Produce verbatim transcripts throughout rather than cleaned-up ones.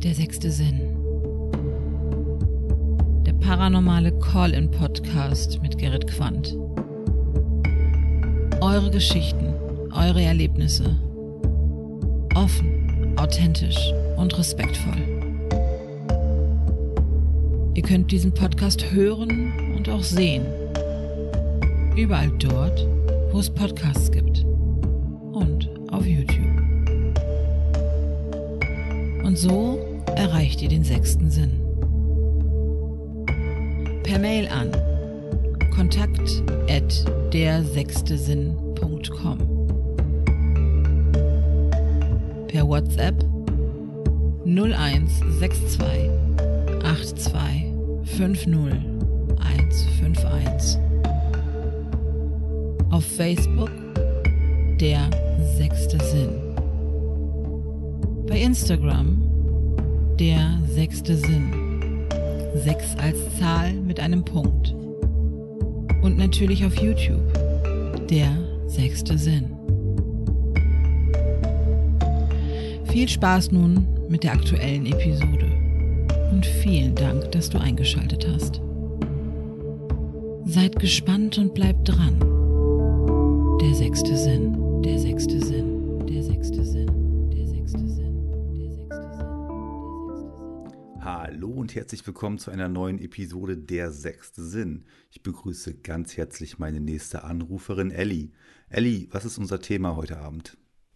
Der sechste Sinn. Der paranormale Call-in-Podcast mit Gerrit Quandt. Eure Geschichten, eure Erlebnisse. Offen, authentisch und respektvoll. Ihr könnt diesen Podcast hören und auch sehen. Überall dort, wo es Podcasts gibt. Und auf YouTube. Und so erreicht ihr den sechsten Sinn. Per Mail an kontakt at der sechste sinn punkt com, per WhatsApp null eins sechs zwei acht zwei fünf null eins fünf eins, auf Facebook der sechste Sinn, bei Instagram der sechste Sinn, sechs als Zahl mit einem Punkt, und natürlich auf YouTube der sechste Sinn. Viel Spaß nun mit der aktuellen Episode und vielen Dank, dass du eingeschaltet hast. Seid gespannt und bleibt dran. Der sechste Sinn, der sechste Sinn, der sechste Sinn, der sechste Sinn, der sechste Sinn. Hallo und herzlich willkommen zu einer neuen Episode Der sechste Sinn. Ich begrüße ganz herzlich meine nächste Anruferin Elli. Elli, was ist unser Thema heute Abend?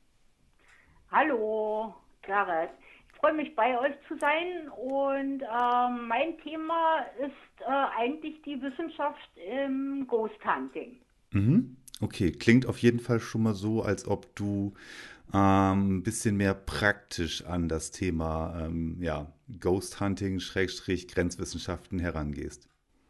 Hallo, Gerrit. Ich freue mich, bei euch zu sein, und ähm, mein Thema ist äh, eigentlich die Wissenschaft im Ghost Hunting. Mhm. Okay, klingt auf jeden Fall schon mal so, als ob du ähm, ein bisschen mehr praktisch an das Thema ähm, ja, Ghost Hunting, Schrägstrich, Grenzwissenschaften herangehst.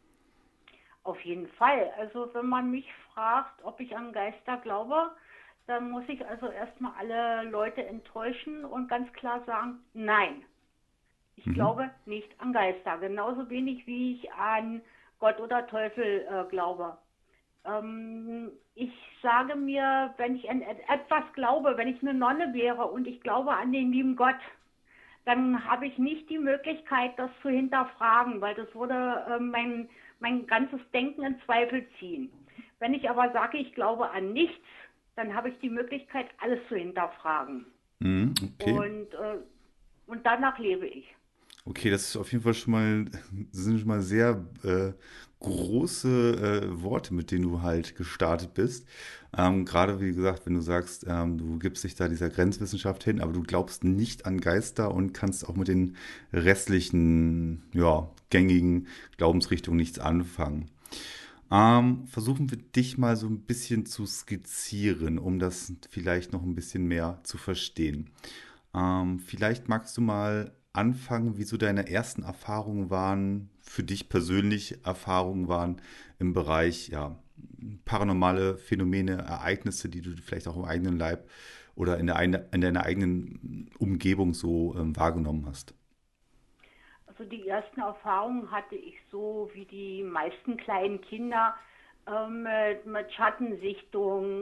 Auf jeden Fall. Also wenn man mich fragt, ob ich an Geister glaube, dann muss ich also erstmal alle Leute enttäuschen und ganz klar sagen, nein. Ich Mhm. glaube nicht an Geister. Genauso wenig wie ich an Gott oder Teufel äh, glaube. Ähm, ich sage mir, wenn ich an et- etwas glaube, wenn ich eine Nonne wäre und ich glaube an den lieben Gott, dann habe ich nicht die Möglichkeit, das zu hinterfragen, weil das würde äh, mein, mein ganzes Denken in Zweifel ziehen. Wenn ich aber sage, ich glaube an nichts, dann habe ich die Möglichkeit, alles zu hinterfragen. Mhm, okay. Und, äh, und danach lebe ich. Okay, das ist auf jeden Fall schon mal, das sind schon mal sehr äh, große äh, Worte, mit denen du halt gestartet bist. Ähm, gerade wie gesagt, wenn du sagst, ähm, du gibst dich da dieser Grenzwissenschaft hin, aber du glaubst nicht an Geister und kannst auch mit den restlichen, ja, gängigen Glaubensrichtungen nichts anfangen. Ähm, versuchen wir dich mal so ein bisschen zu skizzieren, um das vielleicht noch ein bisschen mehr zu verstehen. Ähm, vielleicht magst du mal anfangen, wie so deine ersten Erfahrungen waren, für dich persönlich Erfahrungen waren im Bereich, ja, paranormale Phänomene, Ereignisse, die du vielleicht auch im eigenen Leib oder in der eine, in deiner eigenen Umgebung so ähm, wahrgenommen hast. Also die ersten Erfahrungen hatte ich so wie die meisten kleinen Kinder, ähm, mit, mit Schattensichtung,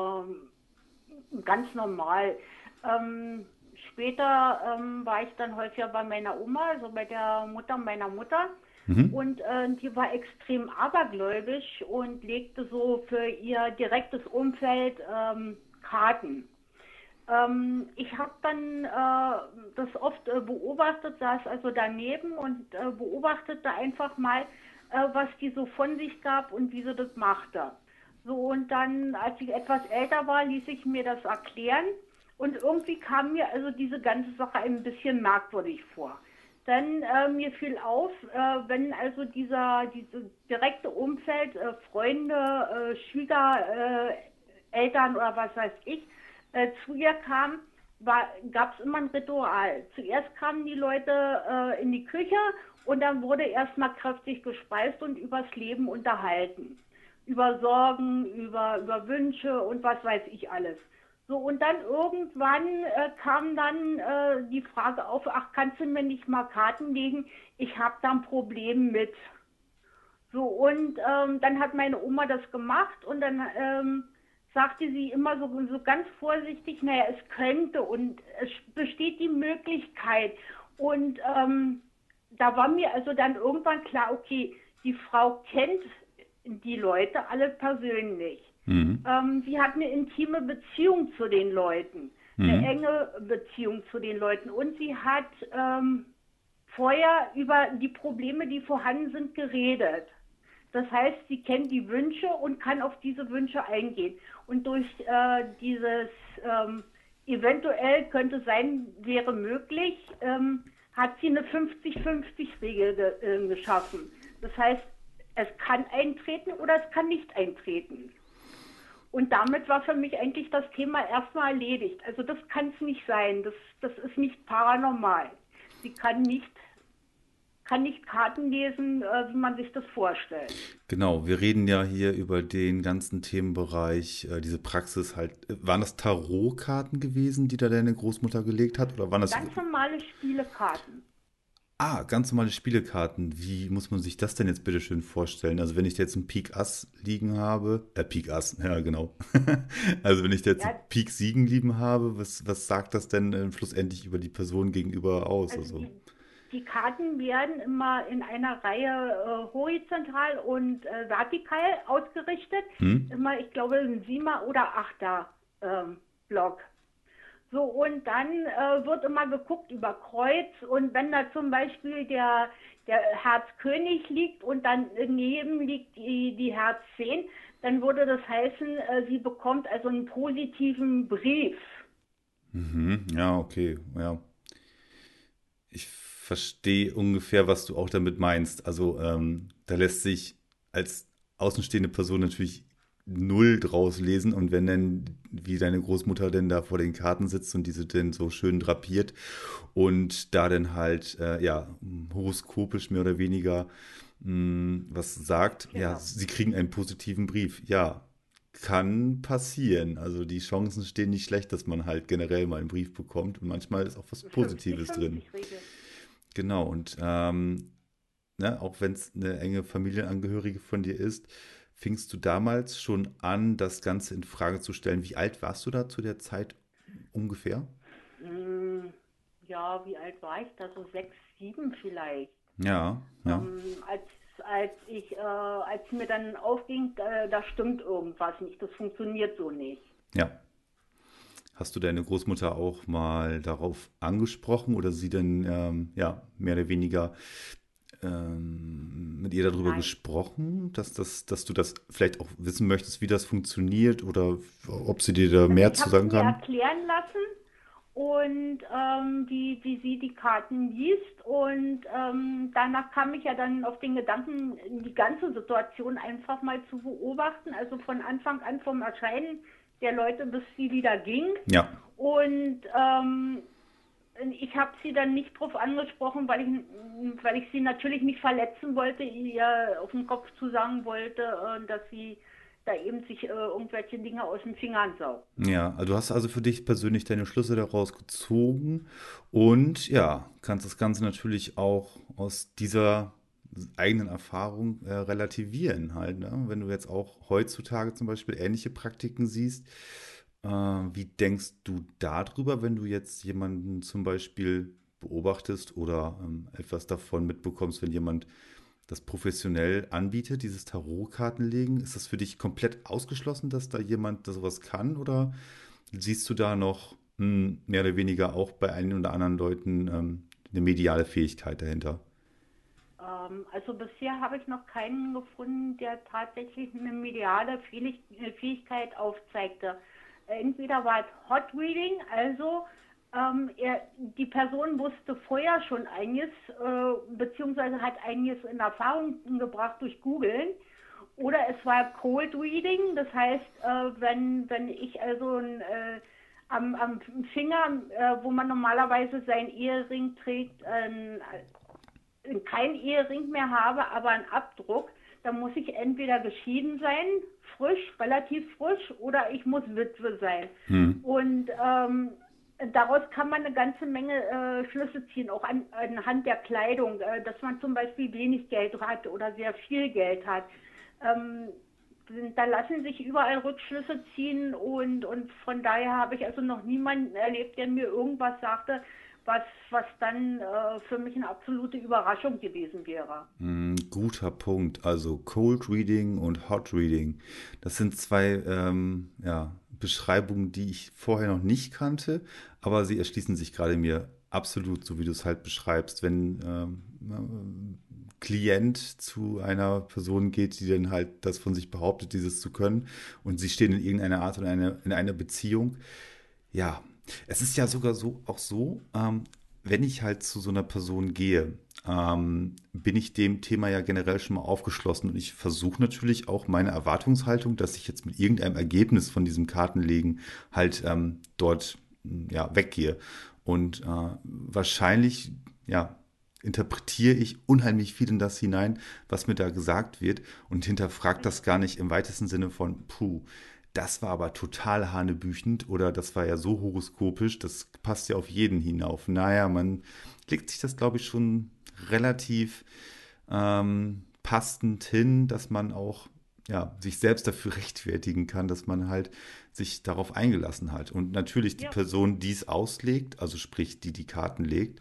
ähm, ganz normal. Ähm, später ähm, war ich dann häufiger bei meiner Oma, also bei der Mutter meiner Mutter. Mhm. Und äh, die war extrem abergläubisch und legte so für ihr direktes Umfeld ähm, Karten. Ähm, ich habe dann äh, das oft äh, beobachtet, saß also daneben und äh, beobachtete einfach mal, äh, was die so von sich gab und wie sie das machte. So, und dann, als ich etwas älter war, ließ ich mir das erklären, und irgendwie kam mir also diese ganze Sache ein bisschen merkwürdig vor. Dann äh, mir fiel auf, äh, wenn also dieser diese direkte Umfeld, äh, Freunde, äh, Schwiegereltern äh, Eltern oder was weiß ich, äh, zu ihr kam, gab es immer ein Ritual. Zuerst kamen die Leute äh, in die Küche, und dann wurde erstmal kräftig gespeist und übers Leben unterhalten. Über Sorgen, über, über Wünsche und was weiß ich alles. So, und dann irgendwann äh, kam dann äh, die Frage auf, ach, kannst du mir nicht mal Karten legen? Ich habe da ein Problem mit. So, und ähm, dann hat meine Oma das gemacht, und dann ähm, sagte sie immer so, so ganz vorsichtig, naja, es könnte und es besteht die Möglichkeit. Und ähm, da war mir also dann irgendwann klar, okay, die Frau kennt die Leute alle persönlich. Mhm. Ähm, sie hat eine intime Beziehung zu den Leuten, eine Mhm. enge Beziehung zu den Leuten. Und sie hat ähm, vorher über die Probleme, die vorhanden sind, geredet. Das heißt, sie kennt die Wünsche und kann auf diese Wünsche eingehen. Und durch äh, dieses ähm, eventuell könnte sein, wäre möglich, ähm, hat sie eine fünfzig fünfzig Regel ge äh, geschaffen. Das heißt, es kann eintreten oder es kann nicht eintreten. Und damit war für mich eigentlich das Thema erstmal erledigt. Also das kann es nicht sein. Das, das ist nicht paranormal. Sie kann nicht, kann nicht Karten lesen, äh, wie man sich das vorstellt. Genau, wir reden ja hier über den ganzen Themenbereich, äh, diese Praxis halt. Äh, Waren das Tarotkarten gewesen, die da deine Großmutter gelegt hat? Oder waren das, Ganz normale Spielekarten. ah, ganz normale Spielekarten? Wie muss man sich das denn jetzt bitte schön vorstellen? Also wenn ich da jetzt ein Pik Ass liegen habe, äh, Pik Ass, ja genau. Also wenn ich da jetzt ein Ja, Pik Siegen liegen habe, was, was sagt das denn äh, schlussendlich über die Person gegenüber aus? also Also, die, die Karten werden immer in einer Reihe äh, horizontal und äh, vertikal ausgerichtet. hm? Immer, ich glaube, ein Siemer- oder Achter ähm, Block. So, und dann äh, wird immer geguckt über Kreuz und wenn da zum Beispiel der, der Herz König liegt und dann daneben liegt die, die Herz zehn, dann würde das heißen, äh, sie bekommt also einen positiven Brief. Mhm, ja, okay, ja. Ich verstehe ungefähr, was du auch damit meinst. Also ähm, da lässt sich als außenstehende Person natürlich null draus lesen und wenn dann, wie deine Großmutter denn da vor den Karten sitzt und diese denn so schön drapiert und da dann halt, äh, ja, horoskopisch mehr oder weniger mh, was sagt, ja, Genau. sie kriegen einen positiven Brief. Ja, kann passieren. Also die Chancen stehen nicht schlecht, dass man halt generell mal einen Brief bekommt und manchmal ist auch was Positives drin. fünfzig fünfzig Regel. Genau, und ähm, ne, auch wenn es eine enge Familienangehörige von dir ist, fingst du damals schon an, das Ganze in Frage zu stellen. Wie alt warst du da zu der Zeit ungefähr? Hm, ja, wie alt war ich da? So sechs, sieben vielleicht. Ja, ja, Ähm, als, als ich, äh, als mir dann aufging, äh, da stimmt irgendwas nicht, das funktioniert so nicht. ja. Hast du deine Großmutter auch mal darauf angesprochen oder sie denn ähm, ja mehr oder weniger ähm, mit ihr darüber Nein. gesprochen, dass das, dass du das vielleicht auch wissen möchtest, wie das funktioniert oder ob sie dir da Also mehr ich zu habe es sagen mir kann? erklären lassen und ähm, wie, wie sie die Karten liest und ähm, danach kam ich ja dann auf den Gedanken, die ganze Situation einfach mal zu beobachten, also von Anfang an vom Erscheinen der Leute, bis sie wieder ging. Ja, Und ähm, ich habe sie dann nicht drauf angesprochen, weil ich, weil ich sie natürlich nicht verletzen wollte, ihr auf den Kopf zu sagen wollte, äh, dass sie da eben sich äh, irgendwelche Dinge aus den Fingern saugt. ja, also du hast also für dich persönlich deine Schlüsse daraus gezogen und ja, kannst das Ganze natürlich auch aus dieser eigenen Erfahrung äh, relativieren halt, ne? Wenn du jetzt auch heutzutage zum Beispiel ähnliche Praktiken siehst, äh, wie denkst du darüber, wenn du jetzt jemanden zum Beispiel beobachtest oder ähm, etwas davon mitbekommst, wenn jemand das professionell anbietet, dieses Tarotkartenlegen? Ist das für dich komplett ausgeschlossen, dass da jemand das sowas kann? Oder siehst du da noch hm, mehr oder weniger auch bei einigen oder anderen Leuten ähm, eine mediale Fähigkeit dahinter? Ähm, also bisher habe ich noch keinen gefunden, der tatsächlich eine mediale Fähig- äh, Fähigkeit aufzeigte. Entweder war es Hot Reading, also ähm, er, die Person wusste vorher schon einiges, äh, beziehungsweise hat einiges in Erfahrung gebracht durch Googlen. Oder es war Cold Reading, das heißt, äh, wenn, wenn ich also ein, äh, am, am Finger, äh, wo man normalerweise seinen Ehering trägt, ein, kein Ehering mehr habe, aber einen Abdruck, dann muss ich entweder geschieden sein, frisch, relativ frisch, oder ich muss Witwe sein. Hm. Und ähm, daraus kann man eine ganze Menge äh, Schlüsse ziehen, auch an, anhand der Kleidung, äh, dass man zum Beispiel wenig Geld hat oder sehr viel Geld hat. Ähm, Da lassen sich überall Rückschlüsse ziehen und, und von daher habe ich also noch niemanden erlebt, der mir irgendwas sagte, was, was dann äh, für mich eine absolute Überraschung gewesen wäre. Mm, guter Punkt. Also Cold Reading und Hot Reading. Das sind zwei ähm, ja, Beschreibungen, die ich vorher noch nicht kannte, aber sie erschließen sich gerade mir absolut, so wie du es halt beschreibst. Wenn ähm, ähm, Klient zu einer Person geht, die dann halt das von sich behauptet, dieses zu können, und sie stehen in irgendeiner Art oder eine, in einer Beziehung. Ja, es ist ja sogar so, auch so, ähm, wenn ich halt zu so einer Person gehe, ähm, bin ich dem Thema ja generell schon mal aufgeschlossen, und ich versuche natürlich auch meine Erwartungshaltung, dass ich jetzt mit irgendeinem Ergebnis von diesem Kartenlegen halt ähm, dort mh, ja, weggehe. Und äh, wahrscheinlich, ja, interpretiere ich unheimlich viel in das hinein, was mir da gesagt wird, und hinterfrage das gar nicht im weitesten Sinne von, puh, das war aber total hanebüchend, oder das war ja so horoskopisch, das passt ja auf jeden hinauf. Naja, man legt sich das, glaube ich, schon relativ ähm, passend hin, dass man auch ja, sich selbst dafür rechtfertigen kann, dass man halt sich darauf eingelassen hat. Und natürlich die Ja. Person, die es auslegt, also sprich, die die Karten legt,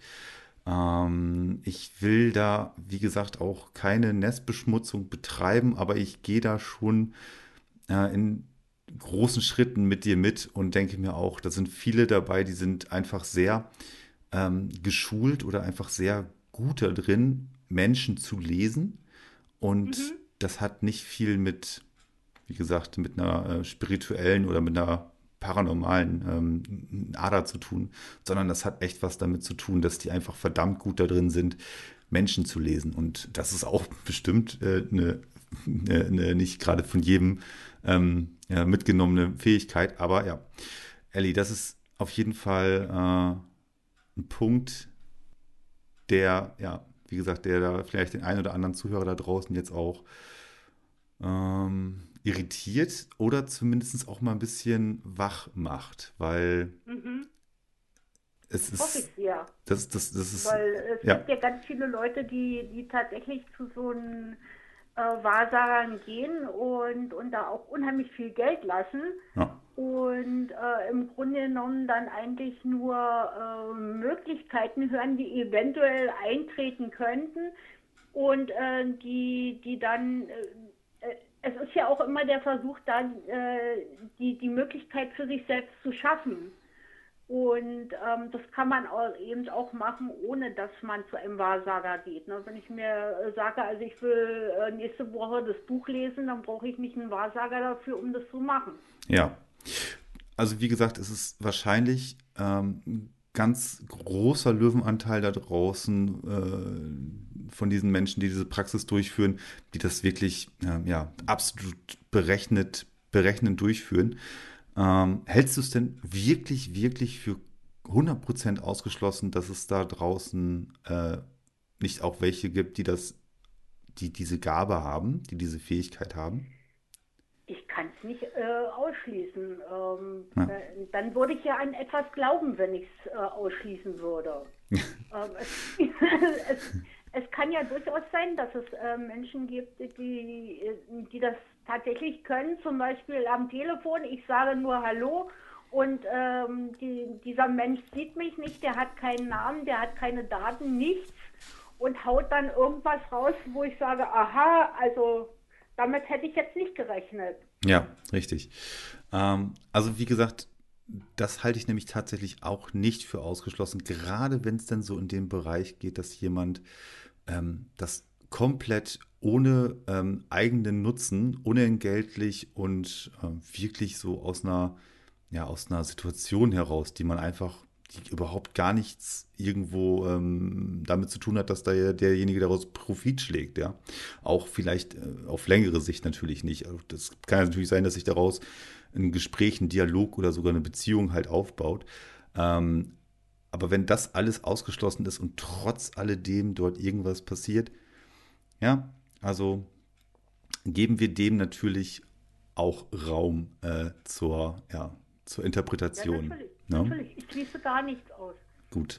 ähm, ich will da, wie gesagt, auch keine Nestbeschmutzung betreiben, aber ich gehe da schon äh, in großen Schritten mit dir mit und denke mir auch, da sind viele dabei, die sind einfach sehr ähm, geschult oder einfach sehr gut da drin, Menschen zu lesen. Und Mhm. das hat nicht viel mit, wie gesagt, mit einer äh, spirituellen oder mit einer paranormalen ähm, Ader zu tun, sondern das hat echt was damit zu tun, dass die einfach verdammt gut da drin sind, Menschen zu lesen. Und das ist auch bestimmt äh, eine, eine, eine nicht gerade von jedem ähm, ja, mitgenommene Fähigkeit. Aber ja, Ellie, das ist auf jeden Fall äh, ein Punkt, der, ja, wie gesagt, der da vielleicht den einen oder anderen Zuhörer da draußen jetzt auch ähm, irritiert oder zumindest auch mal ein bisschen wach macht, weil Mhm. es Hoffe ich ist, sehr. das, das, das ist, Weil es ja, gibt ja ganz viele Leute, die, die tatsächlich zu so einem äh, Wahrsagern gehen und, und da auch unheimlich viel Geld lassen ja, und äh, im Grunde genommen dann eigentlich nur äh, Möglichkeiten hören, die eventuell eintreten könnten und äh, die, die dann, äh, äh, es ist ja auch immer der Versuch, dann äh, die, die Möglichkeit für sich selbst zu schaffen. Und ähm, das kann man auch, eben auch machen, ohne dass man zu einem Wahrsager geht. Ne? Wenn ich mir äh, sage, also ich will äh, nächste Woche das Buch lesen, dann brauche ich nicht einen Wahrsager dafür, um das zu machen. ja. Also wie gesagt, es ist wahrscheinlich ähm, ein ganz großer Löwenanteil da draußen äh, von diesen Menschen, die diese Praxis durchführen, die das wirklich äh, ja, absolut berechnet, berechnend durchführen. Ähm, hältst du es denn wirklich, wirklich für hundert Prozent ausgeschlossen, dass es da draußen äh, nicht auch welche gibt, die das, die diese Gabe haben, die diese Fähigkeit haben? Ich kann es nicht äh, ausschließen. Ähm, Ja. äh, dann würde ich ja an etwas glauben, wenn ich es äh, ausschließen würde. Ähm, es, es, es kann ja durchaus sein, dass es äh, Menschen gibt, die, die das tatsächlich können. Zum Beispiel am Telefon, ich sage nur Hallo und ähm, die, dieser Mensch sieht mich nicht, der hat keinen Namen, der hat keine Daten, nichts und haut dann irgendwas raus, wo ich sage, aha, also damit hätte ich jetzt nicht gerechnet. Ja, richtig. Ähm, also wie gesagt, das halte ich nämlich tatsächlich auch nicht für ausgeschlossen, gerade wenn es dann so in den Bereich geht, dass jemand ähm, das komplett ohne ähm, eigenen Nutzen, unentgeltlich und ähm, wirklich so aus einer, ja, aus einer Situation heraus, die man einfach, die überhaupt gar nichts irgendwo ähm, damit zu tun hat, dass da ja derjenige daraus Profit schlägt, ja. Auch vielleicht äh, auf längere Sicht natürlich nicht. Also das kann ja natürlich sein, dass sich daraus ein Gespräch, ein Dialog oder sogar eine Beziehung halt aufbaut. Ähm, aber wenn das alles ausgeschlossen ist und trotz alledem dort irgendwas passiert, ja, also geben wir dem natürlich auch Raum äh, zur, ja, zur Ja, Interpretation. natürlich, Ne? natürlich. Ich schließe gar nichts aus. Gut,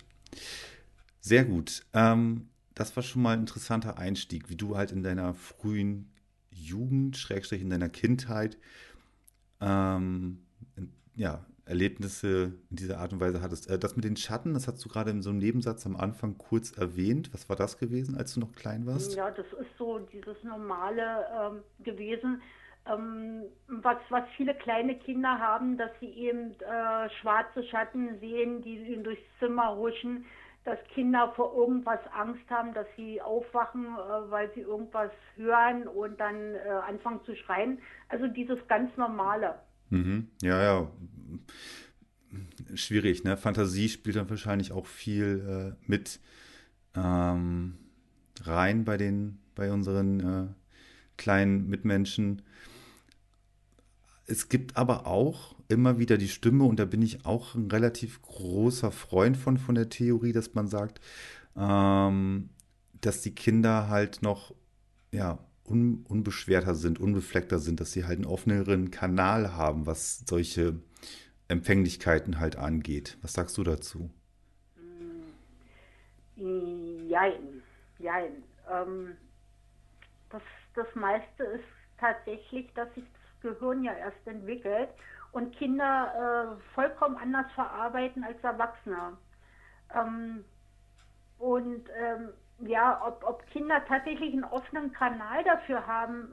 sehr gut. Ähm, das war schon mal ein interessanter Einstieg, wie du halt in deiner frühen Jugend, Schrägstrich in deiner Kindheit, ähm, in, ja, Erlebnisse in dieser Art und Weise hattest. Äh, das mit den Schatten, das hast du gerade in so einem Nebensatz am Anfang kurz erwähnt. Was war das gewesen, als du noch klein warst? Ja, das ist so dieses Normale ähm, gewesen, ähm, was, was viele kleine Kinder haben, dass sie eben äh, schwarze Schatten sehen, die ihnen durchs Zimmer huschen, dass Kinder vor irgendwas Angst haben, dass sie aufwachen, äh, weil sie irgendwas hören und dann äh, anfangen zu schreien. Also dieses ganz Normale. Mhm. Ja, ja, schwierig, ne? Fantasie spielt dann wahrscheinlich auch viel äh, mit ähm, rein bei den, bei unseren äh, kleinen Mitmenschen. Es gibt aber auch immer wieder die Stimme, und da bin ich auch ein relativ großer Freund von, von der Theorie, dass man sagt, ähm, dass die Kinder halt noch ja, un, unbeschwerter sind, unbefleckter sind, dass sie halt einen offeneren Kanal haben, was solche Empfänglichkeiten halt angeht. Was sagst du dazu? Jein, jein. Ähm, das, das meiste ist tatsächlich, dass sich das Gehirn ja erst entwickelt und Kinder äh, vollkommen anders verarbeiten als Erwachsene. Ähm, und ähm, ja, ob, ob Kinder tatsächlich einen offenen Kanal dafür haben,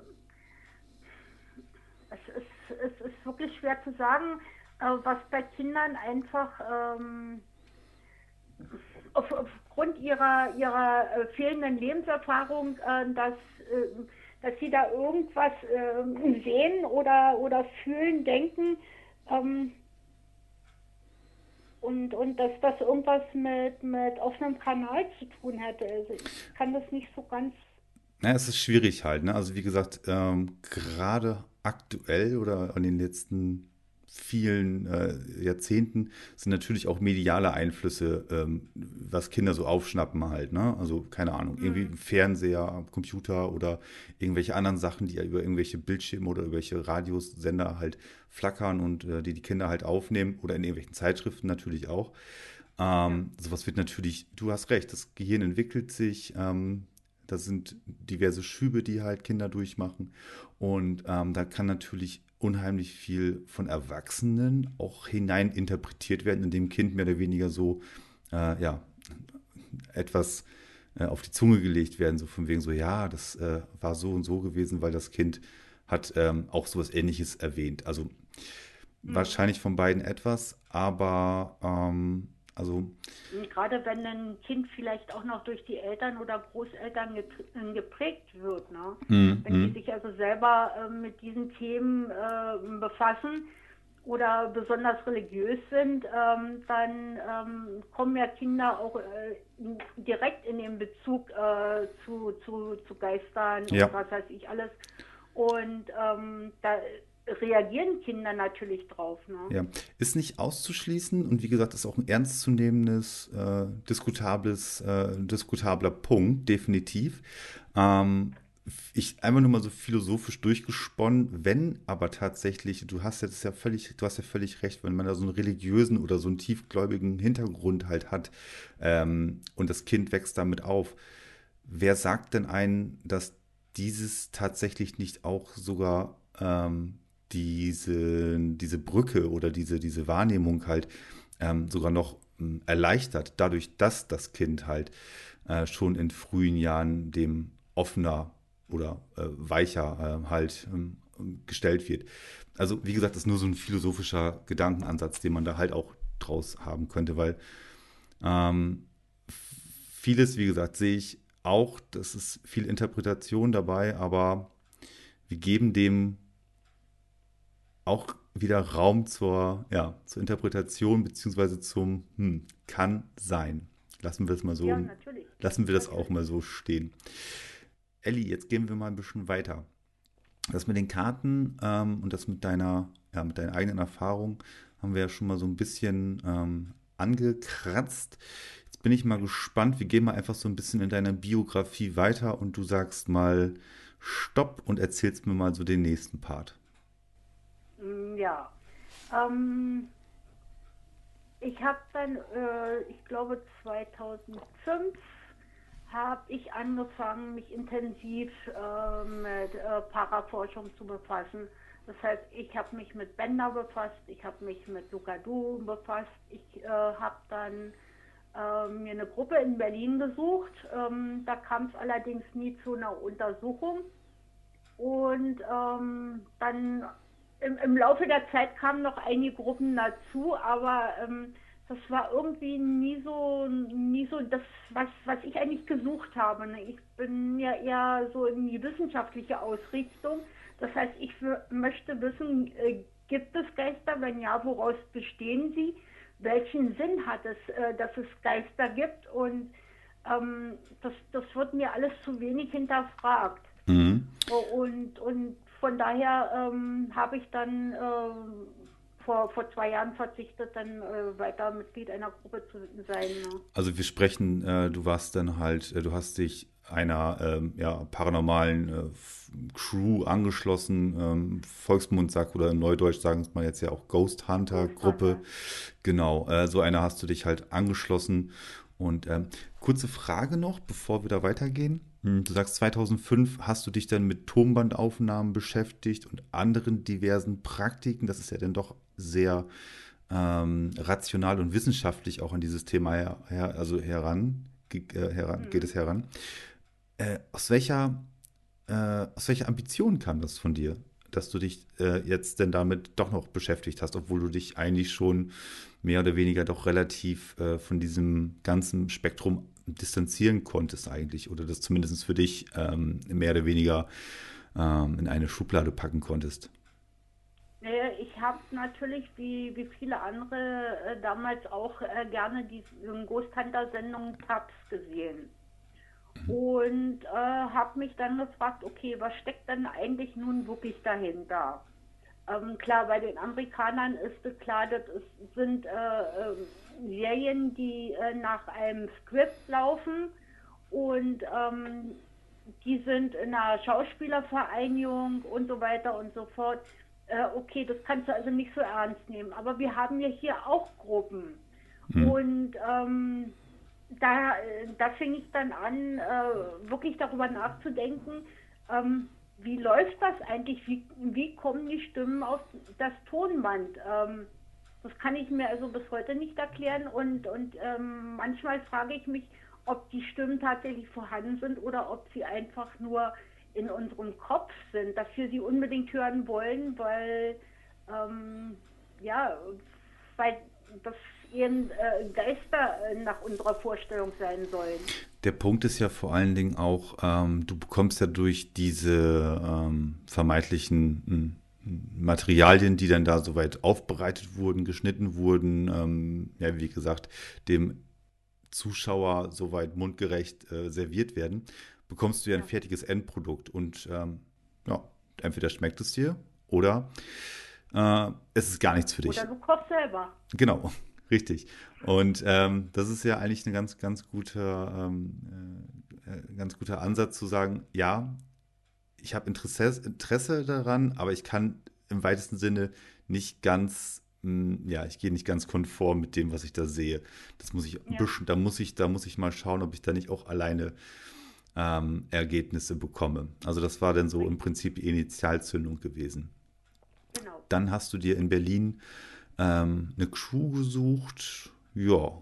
es ist, es ist wirklich schwer zu sagen, äh, was bei Kindern einfach ähm, auf, aufgrund ihrer, ihrer äh, fehlenden Lebenserfahrung, äh, dass, äh, dass sie da irgendwas äh, sehen oder, oder fühlen, denken, ähm, und, und dass das irgendwas mit, mit offenem Kanal zu tun hätte. Also ich kann das nicht so ganz. Na, es ist schwierig halt, ne? Also wie gesagt, ähm, gerade aktuell oder in den letzten vielen äh, Jahrzehnten sind natürlich auch mediale Einflüsse, ähm, was Kinder so aufschnappen halt, ne? Also keine Ahnung, irgendwie Hm, Fernseher, Computer oder irgendwelche anderen Sachen, die ja über irgendwelche Bildschirme oder irgendwelche Radiosender halt flackern und äh, die die Kinder halt aufnehmen oder in irgendwelchen Zeitschriften natürlich auch. ja. Ähm, sowas wird natürlich, du hast recht, das Gehirn entwickelt sich, ähm, da sind diverse Schübe, die halt Kinder durchmachen. Und ähm, da kann natürlich unheimlich viel von Erwachsenen auch hinein interpretiert werden, indem Kind mehr oder weniger so, äh, ja, etwas äh, auf die Zunge gelegt werden, so von wegen so, ja, das äh, war so und so gewesen, weil das Kind hat ähm, auch sowas Ähnliches erwähnt. Also Hm. wahrscheinlich von beiden etwas, aber ähm, also, Gerade wenn ein Kind vielleicht auch noch durch die Eltern oder Großeltern gep- geprägt wird, ne? mm, Wenn die mm, sich also selber äh, mit diesen Themen äh, befassen oder besonders religiös sind, ähm, dann ähm, kommen ja Kinder auch äh, in- direkt in den Bezug äh, zu, zu, zu Geistern ja. und was weiß ich alles. Und ähm, da reagieren Kinder natürlich drauf, ne? Ja, ist nicht auszuschließen, und wie gesagt, ist auch ein ernstzunehmendes, äh, diskutables, äh, diskutabler Punkt, definitiv. Ähm, ich einfach nur mal so philosophisch durchgesponnen, wenn aber tatsächlich, du hast jetzt ja völlig, du hast ja völlig recht, wenn man da so einen religiösen oder so einen tiefgläubigen Hintergrund halt hat, ähm, und das Kind wächst damit auf, wer sagt denn ein, dass dieses tatsächlich nicht auch sogar ähm, diese, diese Brücke oder diese, diese Wahrnehmung halt ähm, sogar noch ähm, erleichtert, dadurch, dass das Kind halt äh, schon in frühen Jahren dem offener oder äh, weicher äh, halt ähm, gestellt wird. Also wie gesagt, das ist nur so ein philosophischer Gedankenansatz, den man da halt auch draus haben könnte, weil ähm, vieles, wie gesagt, sehe ich auch, das ist viel Interpretation dabei, aber wir geben dem auch wieder Raum zur, ja, zur Interpretation beziehungsweise zum hm, kann sein. Lassen wir es mal Ja, so, natürlich, lassen wir das auch natürlich. mal so stehen. Elli, jetzt gehen wir mal ein bisschen weiter. Das mit den Karten ähm, und das mit deiner, ja, mit deinen eigenen Erfahrungen haben wir ja schon mal so ein bisschen ähm, angekratzt. Jetzt bin ich mal gespannt. Wir gehen mal einfach so ein bisschen in deiner Biografie weiter und du sagst mal Stopp und erzählst mir mal so den nächsten Part. Mm, ja. Ähm, Ich habe dann, äh, ich glaube zweitausendfünf, habe ich angefangen, mich intensiv äh, mit äh, Paraforschung zu befassen. Das heißt, ich habe mich mit Bender befasst, ich habe mich mit Lugadu befasst, ich äh, habe dann äh, mir eine Gruppe in Berlin gesucht. Ähm, da kam es allerdings nie zu einer Untersuchung. Und ähm, dann im, im Laufe der Zeit kamen noch einige Gruppen dazu, aber ähm, das war irgendwie nie so, nie so das, was, was ich eigentlich gesucht habe. Ne? Ich bin ja eher so in die wissenschaftliche Ausrichtung. Das heißt, ich w- möchte wissen, äh, gibt es Geister? Wenn ja, woraus bestehen sie? Welchen Sinn hat es, äh, dass es Geister gibt? Und ähm, das, das wird mir alles zu wenig hinterfragt. Mhm. Und, und von daher ähm, habe ich dann ähm, vor, vor zwei Jahren verzichtet, dann äh, weiter Mitglied einer Gruppe zu sein. Ne? Also wir sprechen, äh, du warst dann halt, äh, du hast dich einer ähm, ja, paranormalen äh, F- Crew angeschlossen, ähm, Volksmund sagt oder in Neudeutsch sagen es mal jetzt ja auch Ghost Hunter Ghost Gruppe. Hunter. Genau, äh, so einer hast du dich halt angeschlossen. Und ähm, kurze Frage noch, bevor wir da weitergehen. Hm, Du sagst, zweitausendfünf hast du dich dann mit Tonbandaufnahmen beschäftigt und anderen diversen Praktiken. Das ist ja dann doch sehr ähm, rational und wissenschaftlich auch an dieses Thema her, her, also heran, ge- äh, heran, geht Mhm. es heran. Äh, aus welcher, äh, aus welcher Ambition kam das von dir, dass du dich äh, jetzt denn damit doch noch beschäftigt hast, obwohl du dich eigentlich schon mehr oder weniger doch relativ äh, von diesem ganzen Spektrum distanzieren konntest eigentlich oder das zumindest für dich ähm, mehr oder weniger ähm, in eine Schublade packen konntest? Naja, ich habe natürlich wie, wie viele andere äh, damals auch äh, gerne die Ghost Hunter Sendung Tabs gesehen. Und äh, habe mich dann gefragt, okay, was steckt denn eigentlich nun wirklich dahinter? Ähm, klar, bei den Amerikanern ist es klar, das ist, sind äh, ähm, Serien, die äh, nach einem Skript laufen und ähm, die sind in einer Schauspielervereinigung und so weiter und so fort. Äh, okay, das kannst du also nicht so ernst nehmen. Aber wir haben ja hier auch Gruppen. Hm. Und ähm, da, äh, da fing ich dann an, äh, wirklich darüber nachzudenken, ähm, wie läuft das eigentlich? Wie, wie kommen die Stimmen auf das Tonband? Ähm, das kann ich mir also bis heute nicht erklären und, und ähm, manchmal frage ich mich, ob die Stimmen tatsächlich vorhanden sind oder ob sie einfach nur in unserem Kopf sind, dass wir sie unbedingt hören wollen, weil ähm, ja, weil das eben äh, Geister äh, nach unserer Vorstellung sein sollen. Der Punkt ist ja vor allen Dingen auch, ähm, du bekommst ja durch diese ähm, vermeintlichen mm, Materialien, die dann da soweit aufbereitet wurden, geschnitten wurden, ähm, ja, wie gesagt, dem Zuschauer soweit mundgerecht äh, serviert werden, bekommst du ja ein Ja. fertiges Endprodukt. Und ähm, ja, entweder schmeckt es dir oder äh, es ist gar nichts für Oder dich. du kochst selber. Genau, richtig. Und ähm, das ist ja eigentlich ein ganz, ganz guter, ähm, äh, ganz guter Ansatz zu sagen, ja, ich habe Interesse, Interesse daran, aber ich kann im weitesten Sinne nicht ganz, mh, ja, ich gehe nicht ganz konform mit dem, was ich da sehe. Das muss ich ein Ja, bisschen, da muss ich, da muss ich mal schauen, ob ich da nicht auch alleine ähm, Ergebnisse bekomme. Also das war dann so im richtig, Prinzip die Initialzündung gewesen. genau. Dann hast du dir in Berlin ähm, eine Crew gesucht, ja,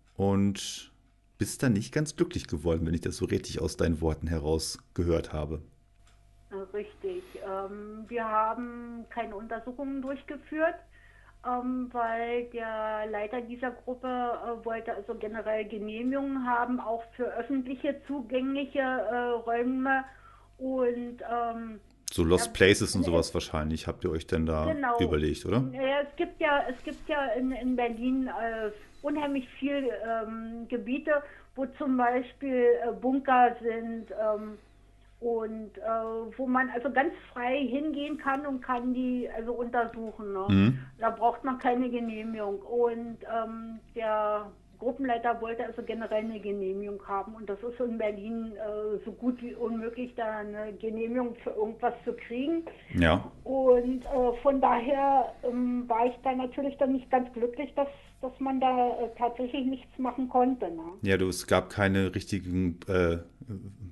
und bist dann nicht ganz glücklich geworden, wenn ich das so richtig aus deinen Worten heraus gehört habe. Äh, Richtig. Ähm, wir haben keine Untersuchungen durchgeführt, ähm, weil der Leiter dieser Gruppe äh, wollte also generell Genehmigungen haben, auch für öffentliche zugängliche äh, Räume. Und ähm, So ja, Lost Places und es, sowas wahrscheinlich habt ihr euch denn da genau. überlegt, oder? Ja, es gibt ja, es gibt ja in, in Berlin äh, unheimlich viel ähm, Gebiete, wo zum Beispiel äh, Bunker sind ähm, und äh, wo man also ganz frei hingehen kann und kann die also untersuchen. Ne? Mhm. Da braucht man keine Genehmigung. Und ähm, der Gruppenleiter wollte also generell eine Genehmigung haben und das ist in Berlin äh, so gut wie unmöglich, da eine Genehmigung für irgendwas zu kriegen. Ja. Und äh, von daher ähm, war ich da natürlich dann nicht ganz glücklich, dass, dass man da äh, tatsächlich nichts machen konnte. Ne? Ja, du, es gab keine richtigen äh,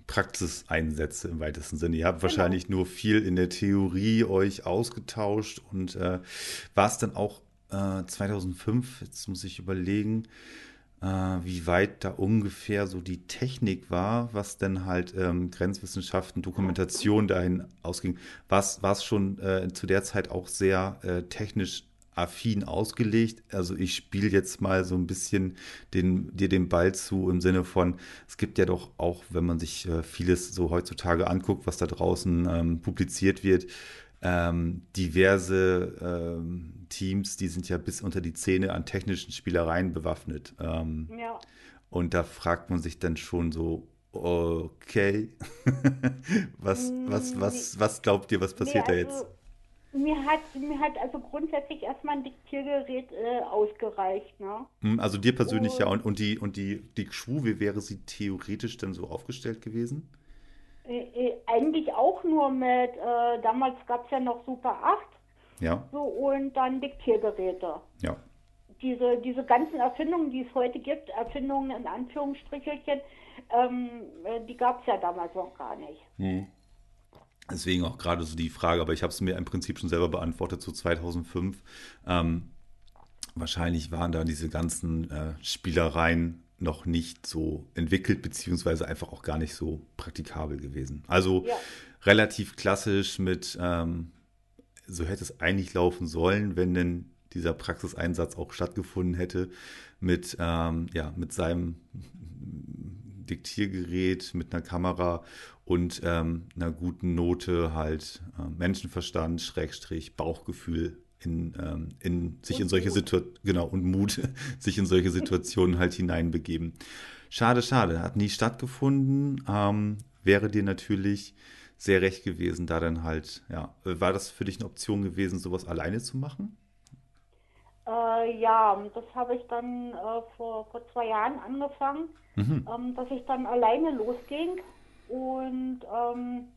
Praxiseinsätze im weitesten Sinne. Ihr habt Genau. wahrscheinlich nur viel in der Theorie euch ausgetauscht und äh, war es dann auch äh, zweitausendfünf, jetzt muss ich überlegen, äh, wie weit da ungefähr so die Technik war, was denn halt ähm, Grenzwissenschaften, Dokumentation dahin ausging. War es schon äh, zu der Zeit auch sehr äh, technisch affin ausgelegt? Also ich spiele jetzt mal so ein bisschen den, dir den Ball zu im Sinne von, es gibt ja doch auch, wenn man sich äh, vieles so heutzutage anguckt, was da draußen ähm, publiziert wird, ähm, diverse ähm, Teams, die sind ja bis unter die Zähne an technischen Spielereien bewaffnet. Ähm, Ja. und da fragt man sich dann schon so, okay, was, was, Mm, Nee, was, was glaubt ihr, was nee, passiert da jetzt? also mir hat, mir hat also grundsätzlich erstmal ein Diktiergerät äh, ausgereicht, ne? Hm, also dir persönlich ja Und und, und die und die, die Crew, wie wäre sie theoretisch dann so aufgestellt gewesen? äh, äh, eigentlich auch nur mit, äh, damals gab es ja noch Super acht, Ja, so und dann Diktiergeräte. ja. Diese, diese ganzen Erfindungen, die es heute gibt, Erfindungen in Anführungsstrichelchen, ähm, äh, die gab es ja damals noch gar nicht. Hm. Deswegen auch gerade so die Frage, aber ich habe es mir im Prinzip schon selber beantwortet, so zweitausendfünf. Ähm, Wahrscheinlich waren da diese ganzen äh, Spielereien noch nicht so entwickelt, beziehungsweise einfach auch gar nicht so praktikabel gewesen. Also Ja, relativ klassisch mit, ähm, so hätte es eigentlich laufen sollen, wenn denn dieser Praxiseinsatz auch stattgefunden hätte, mit, ähm, ja, mit seinem Diktiergerät, mit einer Kamera und ähm, einer guten Note halt äh, Menschenverstand, Schrägstrich, Bauchgefühl in, ähm, in sich in und solche Mut. Situationen, genau, und Mut, sich in solche Situationen halt hineinbegeben. Schade, schade, hat nie stattgefunden. Ähm, wäre dir natürlich sehr recht gewesen, da dann halt, ja, war das für dich eine Option gewesen, sowas alleine zu machen? Äh, ja, das habe ich dann äh, vor, vor zwei Jahren angefangen, Mhm. ähm, dass ich dann alleine losging. Und ähm,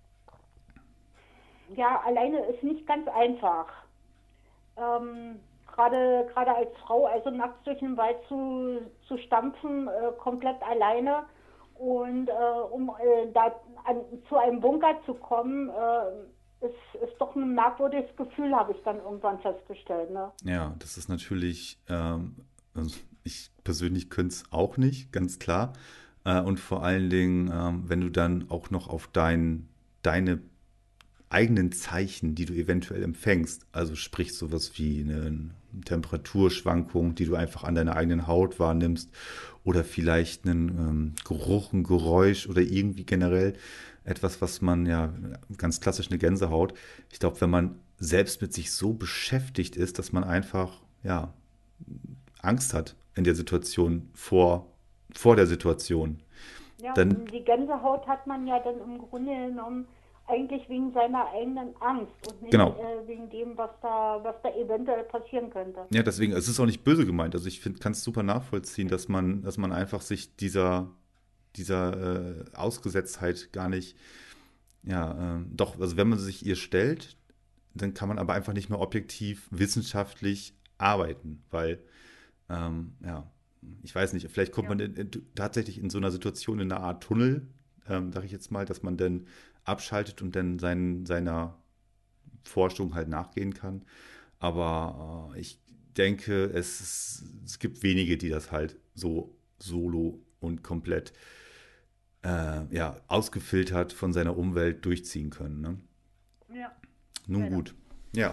ja, alleine ist nicht ganz einfach. Ähm, gerade gerade als Frau, also nachts durch den Wald zu, zu stampfen, äh, komplett alleine. Und äh, um äh, da an, zu einem Bunker zu kommen, äh, ist, ist doch ein merkwürdiges Gefühl, habe ich dann irgendwann festgestellt. Ne? Ja, das ist natürlich, ähm, also ich persönlich könnte es auch nicht, ganz klar. Äh, und vor allen Dingen, ähm, wenn du dann auch noch auf dein, deine eigenen Zeichen, die du eventuell empfängst, also sprich sowas wie eine Temperaturschwankung, die du einfach an deiner eigenen Haut wahrnimmst, oder vielleicht einen ähm, Geruch, ein Geräusch oder irgendwie generell etwas, was man ja ganz klassisch eine Gänsehaut. Ich glaube, wenn man selbst mit sich so beschäftigt ist, dass man einfach ja Angst hat in der Situation vor vor der Situation, Ja, dann die Gänsehaut hat man ja dann im Grunde genommen eigentlich wegen seiner eigenen Angst und nicht genau. äh, wegen dem, was da, was da eventuell passieren könnte. Ja, deswegen, es ist auch nicht böse gemeint. Also ich finde, kann es super nachvollziehen, dass man, dass man einfach sich dieser, dieser äh, Ausgesetztheit gar nicht, ja, ähm, doch, also wenn man sich ihr stellt, dann kann man aber einfach nicht mehr objektiv wissenschaftlich arbeiten, weil, ähm, ja, ich weiß nicht, vielleicht kommt Ja, man in, in, tatsächlich in so einer Situation in einer Art Tunnel, ähm, sage ich jetzt mal, dass man dann abschaltet und dann sein, seiner Forschung halt nachgehen kann. Aber äh, ich denke, es, ist, es gibt wenige, die das halt so solo und komplett äh, ja, ausgefiltert von seiner Umwelt durchziehen können. Ne? ja, Nun leider. gut. Ja.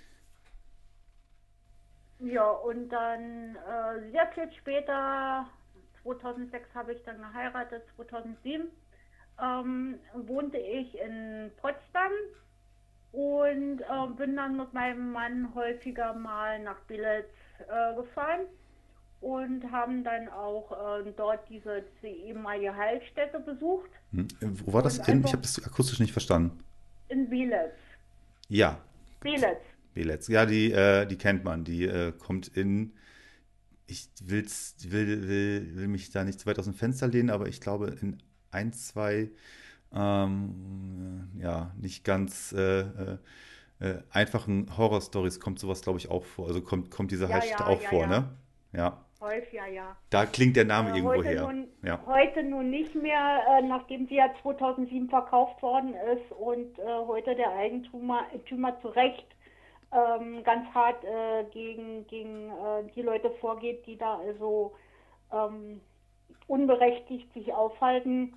Ja, und dann äh, sehr viel später, zweitausendsechs habe ich dann geheiratet, zweitausendsieben, ähm, wohnte ich in Potsdam und äh, bin dann mit meinem Mann häufiger mal nach Belitz äh, gefahren und haben dann auch äh, dort diese, diese ehemalige Heilstätte besucht Hm. Wo war das und in? Ich einfach habe das akustisch nicht verstanden. in Belitz. Ja, Belitz. Belitz. Ja, die, äh, die kennt man. Die äh, kommt in. Ich will's, will, will, will mich da nicht zu weit aus dem Fenster lehnen, aber ich glaube, in ein, zwei ähm, ja, nicht ganz äh, äh, äh, einfachen Horror-Stories kommt sowas, glaube ich, auch vor. Also kommt, kommt diese Ja, Heilstätte ja, auch ja, vor, ja. ne? Ja. Häufiger, ja. Da klingt der Name Äh, irgendwo heute her. nun, Ja. heute nun nicht mehr, äh, nachdem sie ja zweitausendsieben verkauft worden ist und äh, heute der Eigentümer Eigentümer zu Recht ähm, ganz hart äh, gegen, gegen äh, die Leute vorgeht, die da also ähm, unberechtigt sich aufhalten.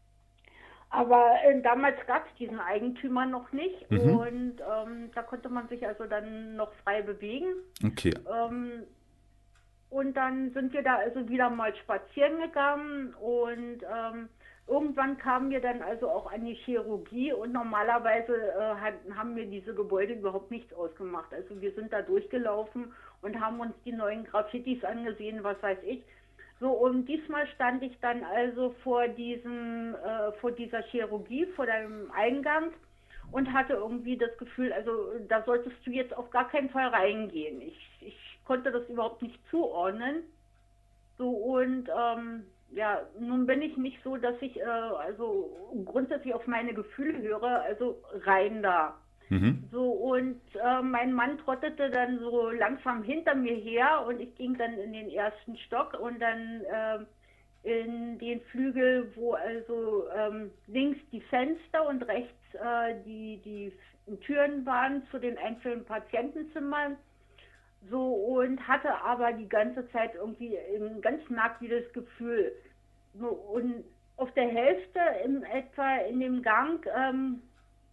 Aber äh, damals gab es diesen Eigentümer noch nicht Mhm. und ähm, da konnte man sich also dann noch frei bewegen. Okay. Ähm, und dann sind wir da also wieder mal spazieren gegangen und ähm, irgendwann kamen wir dann also auch an die Chirurgie und normalerweise äh, hat, haben mir diese Gebäude überhaupt nichts ausgemacht. Also wir sind da durchgelaufen und haben uns die neuen Graffitis angesehen, was weiß ich. So, und diesmal stand ich dann also vor diesem, äh, vor dieser Chirurgie, vor dem Eingang und hatte irgendwie das Gefühl, also da solltest du jetzt auf gar keinen Fall reingehen. Ich, ich konnte das überhaupt nicht zuordnen. So und ähm, ja, nun bin ich nicht so, dass ich äh, also grundsätzlich auf meine Gefühle höre, also rein da. Mhm. So und äh, mein Mann trottete dann so langsam hinter mir her und ich ging dann in den ersten Stock und dann äh, in den Flügel, wo also ähm, links die Fenster und rechts äh, die, die Türen waren zu den einzelnen Patientenzimmern. So und hatte aber die ganze Zeit irgendwie ein ganz merkwürdiges Gefühl. So, und auf der Hälfte in etwa in dem Gang ähm,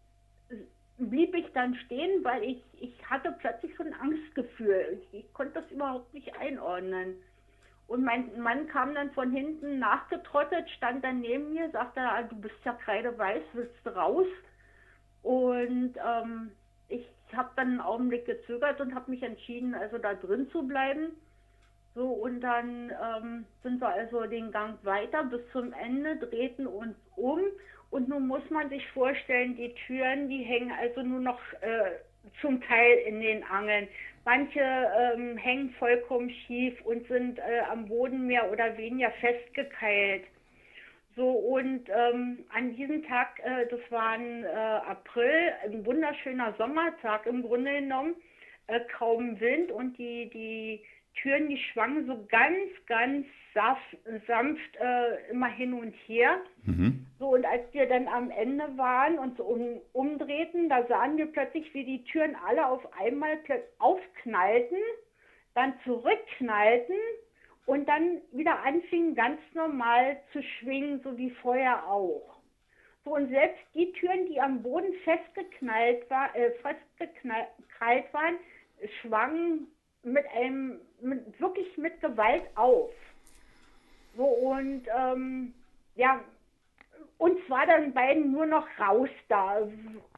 blieb ich dann stehen, weil ich, ich hatte plötzlich so ein Angstgefühl. Ich, ich konnte das überhaupt nicht einordnen. Und mein Mann kam dann von hinten nachgetrottet, stand dann neben mir, sagte, ah, du bist ja kreideweiß, willst du raus? Und ähm, ich habe dann einen Augenblick gezögert und habe mich entschieden, also da drin zu bleiben. So, und dann ähm, sind wir also den Gang weiter bis zum Ende, drehten uns um. Und nun muss man sich vorstellen, die Türen, die hängen also nur noch äh, zum Teil in den Angeln. Manche ähm, hängen vollkommen schief und sind äh, am Boden mehr oder weniger festgekeilt. So, und ähm, an diesem Tag, äh, das war ein äh, April, ein wunderschöner Sommertag im Grunde genommen, äh, kaum Wind und die, die Türen, die schwangen so ganz, ganz saft, sanft äh, immer hin und her. Mhm. So, und als wir dann am Ende waren und so um, umdrehten, da sahen wir plötzlich, wie die Türen alle auf einmal aufknallten, dann zurückknallten und dann wieder anfingen ganz normal zu schwingen, so wie vorher auch. So, und selbst die Türen, die am Boden festgeknallt, war, äh, festgeknallt waren, schwangen mit einem, mit, wirklich mit Gewalt auf. So, und ähm, ja, uns war dann beiden nur noch raus da.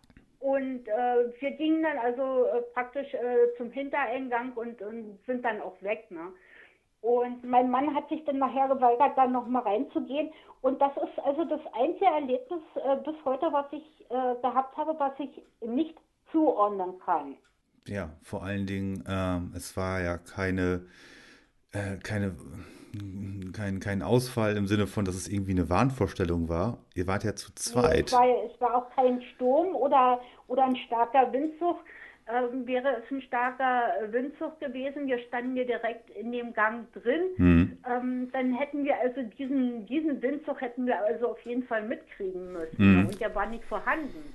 Und äh, wir gingen dann also äh, praktisch äh, zum Hintereingang und, und sind dann auch weg. Ne? Und mein Mann hat sich dann nachher geweigert, da nochmal reinzugehen. Und das ist also das einzige Erlebnis äh, bis heute, was ich äh, gehabt habe, was ich nicht zuordnen kann. Ja, vor allen Dingen, ähm, es war ja keine, äh, keine, kein, kein Ausfall im Sinne von, dass es irgendwie eine Wahnvorstellung war. Ihr wart ja zu Nee, es zweit. war, es war auch kein Sturm oder, oder ein starker Windzug. Ähm, wäre es ein starker Windzug gewesen, wir standen hier direkt in dem Gang drin, Hm. ähm, dann hätten wir also diesen, diesen Windzug hätten wir also auf jeden Fall mitkriegen müssen. Ne? Hm. Und der war nicht vorhanden.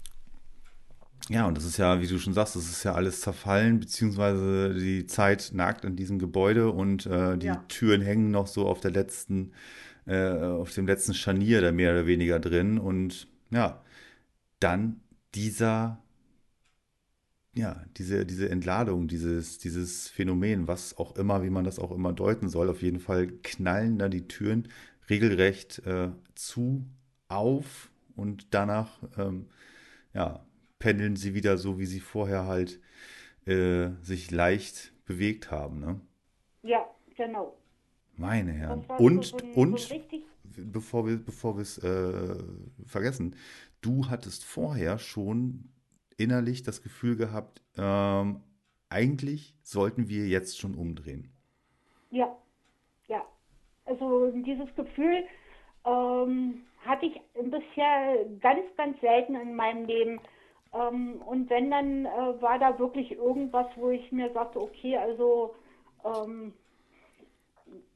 Ja, und das ist ja, wie du schon sagst, das ist ja alles zerfallen, beziehungsweise die Zeit nagt an diesem Gebäude und äh, die Ja, Türen hängen noch so auf der letzten, äh, auf dem letzten Scharnier da mehr oder weniger drin. Und ja, dann dieser, ja, diese, diese Entladung, dieses, dieses Phänomen, was auch immer, wie man das auch immer deuten soll, auf jeden Fall knallen da die Türen regelrecht äh, zu, auf und danach, ähm, ja, pendeln sie wieder so, wie sie vorher halt äh, sich leicht bewegt haben, ne? ja, genau. Meine Das Herren. war so, Und, so ein, so ein und, richtig, bevor wir, bevor wir es äh, vergessen, du hattest vorher schon innerlich das Gefühl gehabt, ähm, eigentlich sollten wir jetzt schon umdrehen. ja, ja. Also dieses Gefühl ähm, hatte ich bisher ganz, ganz selten in meinem Leben. Ähm, und wenn, dann äh, war da wirklich irgendwas, wo ich mir sagte, okay, also ähm,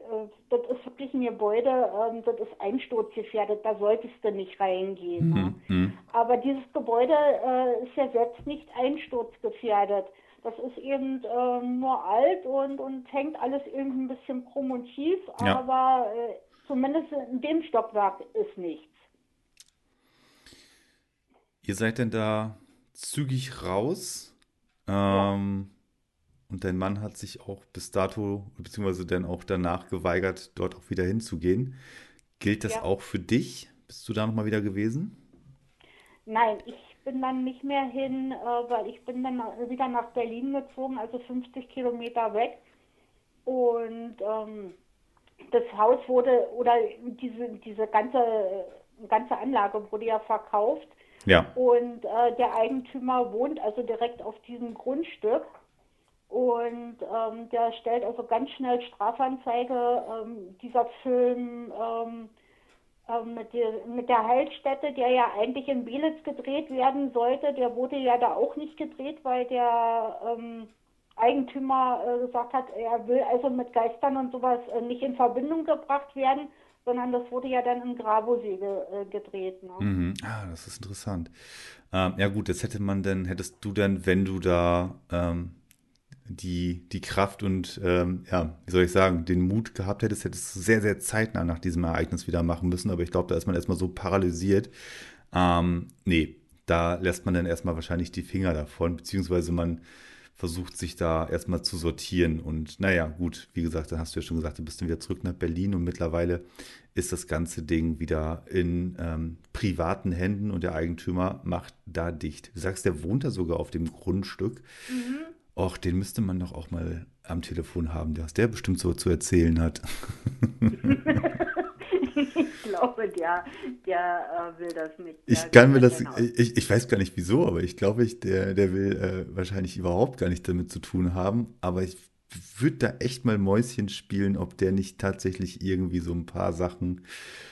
äh, das ist wirklich ein Gebäude, ähm, das ist einsturzgefährdet, da solltest du nicht reingehen. Ne? Mhm. Mhm. Aber dieses Gebäude äh, ist ja selbst nicht einsturzgefährdet. Das ist eben ähm, nur alt und, und hängt alles irgendwie ein bisschen krumm und schief, Ja. aber äh, zumindest in dem Stockwerk ist nichts. Ihr seid denn da zügig raus? Ja, Ähm, und dein Mann hat sich auch bis dato, beziehungsweise dann auch danach geweigert, dort auch wieder hinzugehen. Gilt das ja. auch für dich? Bist du da nochmal wieder gewesen? Nein, ich bin dann nicht mehr hin, äh, weil ich bin dann wieder nach Berlin gezogen, also fünfzig Kilometer weg. Und ähm, das Haus wurde, oder diese, diese ganze, ganze Anlage wurde ja verkauft. Ja. Und äh, der Eigentümer wohnt also direkt auf diesem Grundstück. Und ähm, der stellt also ganz schnell Strafanzeige. Ähm, dieser Film ähm, ähm, mit, der, mit der Heilstätte, der ja eigentlich in Belitz gedreht werden sollte, der wurde ja da auch nicht gedreht, weil der ähm, Eigentümer äh, gesagt hat, er will also mit Geistern und sowas äh, nicht in Verbindung gebracht werden, sondern das wurde ja dann in Grabosee ge, äh, gedreht. Ne? Mhm. Ah, das ist interessant. Ähm, ja gut, jetzt hätte man denn, hättest du denn, wenn du da ähm, die, die Kraft und, ähm, ja, wie soll ich sagen, den Mut gehabt hättest, hättest du sehr, sehr zeitnah nach diesem Ereignis wieder machen müssen. Aber ich glaube, da ist man erstmal so paralysiert. Ähm, nee, da lässt man dann erstmal wahrscheinlich die Finger davon, beziehungsweise man versucht sich da erstmal zu sortieren. Und naja, gut, wie gesagt, dann hast du ja schon gesagt, du bist dann wieder zurück nach Berlin und mittlerweile ist das ganze Ding wieder in ähm, privaten Händen und der Eigentümer macht da dicht. Du sagst, der wohnt da sogar auf dem Grundstück. Mhm. Och, den müsste man doch auch mal am Telefon haben, was der bestimmt so zu erzählen hat. Ich glaube, der, der äh, will das mit Ich dir kann mir das, kennenlernen. ich, ich weiß gar nicht wieso, aber ich glaube, ich, der, der will äh, wahrscheinlich überhaupt gar nicht damit zu tun haben. Aber ich würde da echt mal Mäuschen spielen, ob der nicht tatsächlich irgendwie so ein paar Sachen,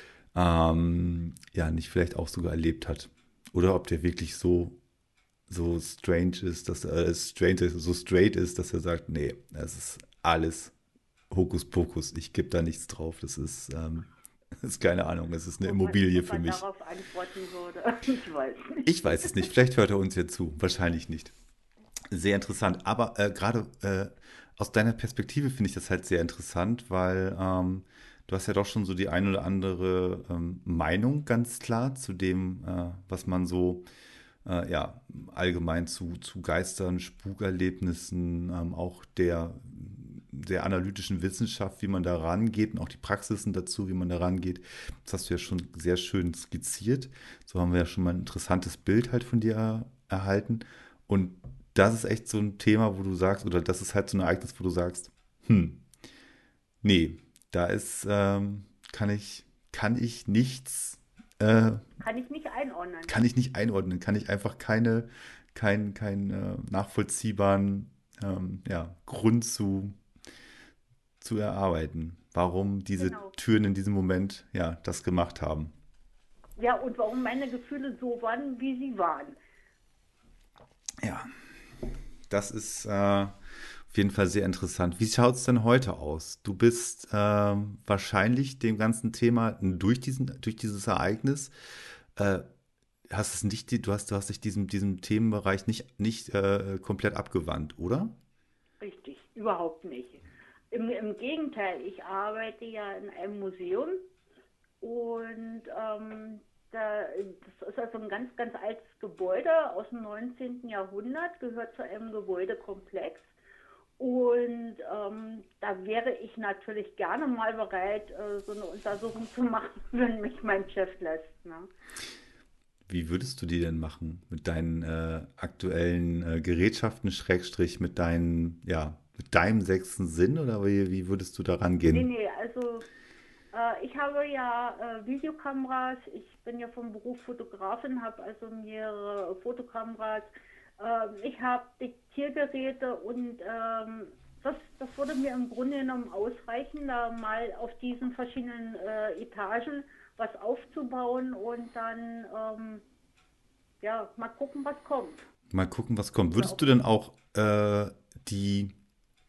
ähm, ja, nicht vielleicht auch sogar erlebt hat. Oder ob der wirklich so, so strange ist, dass er äh, strange ist, so straight ist, dass er sagt, nee, das ist alles Hokuspokus. Ich gebe da nichts drauf. Das ist, ähm, das ist keine Ahnung. Es ist eine Ob er, Immobilie ob für er mich. darauf antworten würde, ich weiß Ich nicht. weiß es nicht. Vielleicht hört er uns ja zu. Wahrscheinlich nicht. Sehr interessant. Aber äh, gerade äh, aus deiner Perspektive finde ich das halt sehr interessant, weil ähm, du hast ja doch schon so die ein oder andere ähm, Meinung ganz klar zu dem, äh, was man so äh, ja, allgemein zu, zu Geistern, Spukerlebnissen, ähm, auch der, der analytischen Wissenschaft, wie man da rangeht und auch die Praxisen dazu, wie man da rangeht. Das hast du ja schon sehr schön skizziert. So haben wir ja schon mal ein interessantes Bild halt von dir er, erhalten. Und das ist echt so ein Thema, wo du sagst, oder das ist halt so ein Ereignis, wo du sagst, hm, nee, da ist, ähm, kann ich, kann ich nichts äh, Kann ich nicht einordnen. kann ich nicht einordnen, kann ich einfach keine, keinen kein, äh, nachvollziehbaren ähm, ja, Grund zu, zu erarbeiten, warum diese Genau. Türen in diesem Moment ja das gemacht haben. Ja, und warum meine Gefühle so waren, wie sie waren. Ja, das ist äh, auf jeden Fall sehr interessant. Wie schaut es denn heute aus? Du bist ähm, wahrscheinlich dem ganzen Thema durch, diesen, durch dieses Ereignis äh, hast es nicht, du hast, du hast dich diesem, diesem Themenbereich nicht, nicht äh, komplett abgewandt, oder? Richtig, überhaupt nicht. Im, Im Gegenteil, ich arbeite ja in einem Museum und ähm, da, das ist also ein ganz, ganz altes Gebäude aus dem neunzehnten. Jahrhundert, gehört zu einem Gebäudekomplex. Und ähm, da wäre ich natürlich gerne mal bereit, äh, so eine Untersuchung zu machen, wenn mich mein Chef lässt. Ne? Wie würdest du die denn machen mit deinen äh, aktuellen äh, Gerätschaften, Schrägstrich mit deinen, ja, mit deinem sechsten Sinn oder wie, wie würdest du da Nee, rangehen? nee, also äh, ich habe ja äh, Videokameras, ich bin ja vom Beruf Fotografin, habe also mehrere Fotokameras, ähm, ich habe Diktiergeräte und ähm, das, das würde mir im Grunde genommen ausreichen, da mal auf diesen verschiedenen äh, Etagen was aufzubauen und dann ähm, ja, mal gucken, was kommt. Mal gucken, was kommt. Oder Würdest auch du denn auch äh, die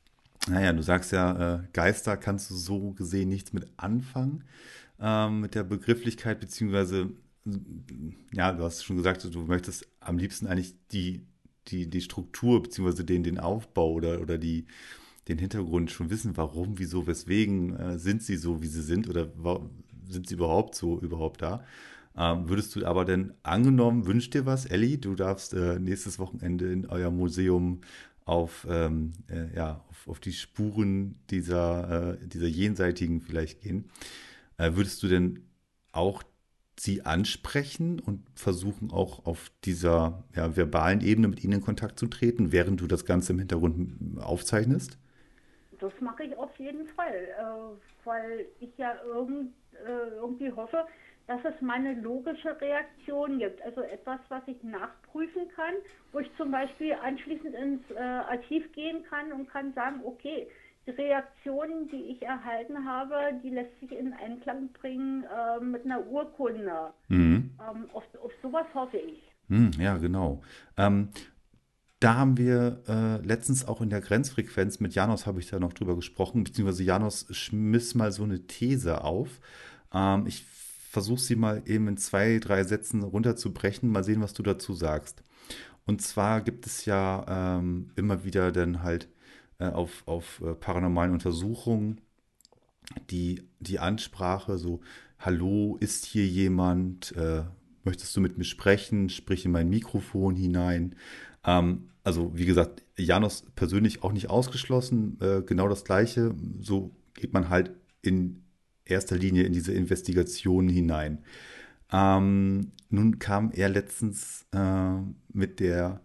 Naja, du sagst ja, äh, Geister kannst du so gesehen nichts mit anfangen, ähm, mit der Begrifflichkeit, beziehungsweise, äh, ja, du hast schon gesagt, du möchtest am liebsten eigentlich die, die, die Struktur, beziehungsweise den, den Aufbau oder, oder die, den Hintergrund schon wissen, warum, wieso, weswegen äh, sind sie so, wie sie sind oder wa- sind sie überhaupt so überhaupt da. Ähm, würdest du aber denn angenommen, wünsch dir was, Elli, du darfst äh, nächstes Wochenende in euer Museum auf, ähm, äh, ja, auf, auf die Spuren dieser, äh, dieser Jenseitigen vielleicht gehen. Äh, würdest du denn auch sie ansprechen und versuchen auch auf dieser ja, verbalen Ebene mit ihnen in Kontakt zu treten, während du das Ganze im Hintergrund aufzeichnest? Das mache ich auf jeden Fall, äh, weil ich ja irgend, äh, irgendwie hoffe, dass es mal eine logische Reaktion gibt. Also etwas, was ich nachprüfen kann, wo ich zum Beispiel anschließend ins äh, Archiv gehen kann und kann sagen, okay, die Reaktion, die ich erhalten habe, die lässt sich in Einklang bringen äh, mit einer Urkunde. Mhm. Ähm, auf, auf sowas hoffe ich. Hm, ja, genau. Ähm, Da haben wir äh, letztens auch in der Grenzfrequenz mit Janos habe ich da noch drüber gesprochen, beziehungsweise Janos schmiss mal so eine These auf. Ähm, ich versuche sie mal eben in zwei, drei Sätzen runterzubrechen, mal sehen, was du dazu sagst. Und zwar gibt es ja ähm, immer wieder dann halt äh, auf, auf äh, paranormalen Untersuchungen die, die Ansprache, so, hallo, ist hier jemand? Äh, möchtest du mit mir sprechen? Sprich in mein Mikrofon hinein. Ähm, also, wie gesagt, Janos persönlich auch nicht ausgeschlossen. Äh, genau das Gleiche. So geht man halt in erster Linie in diese Investigation hinein. Ähm, nun kam er letztens äh, mit der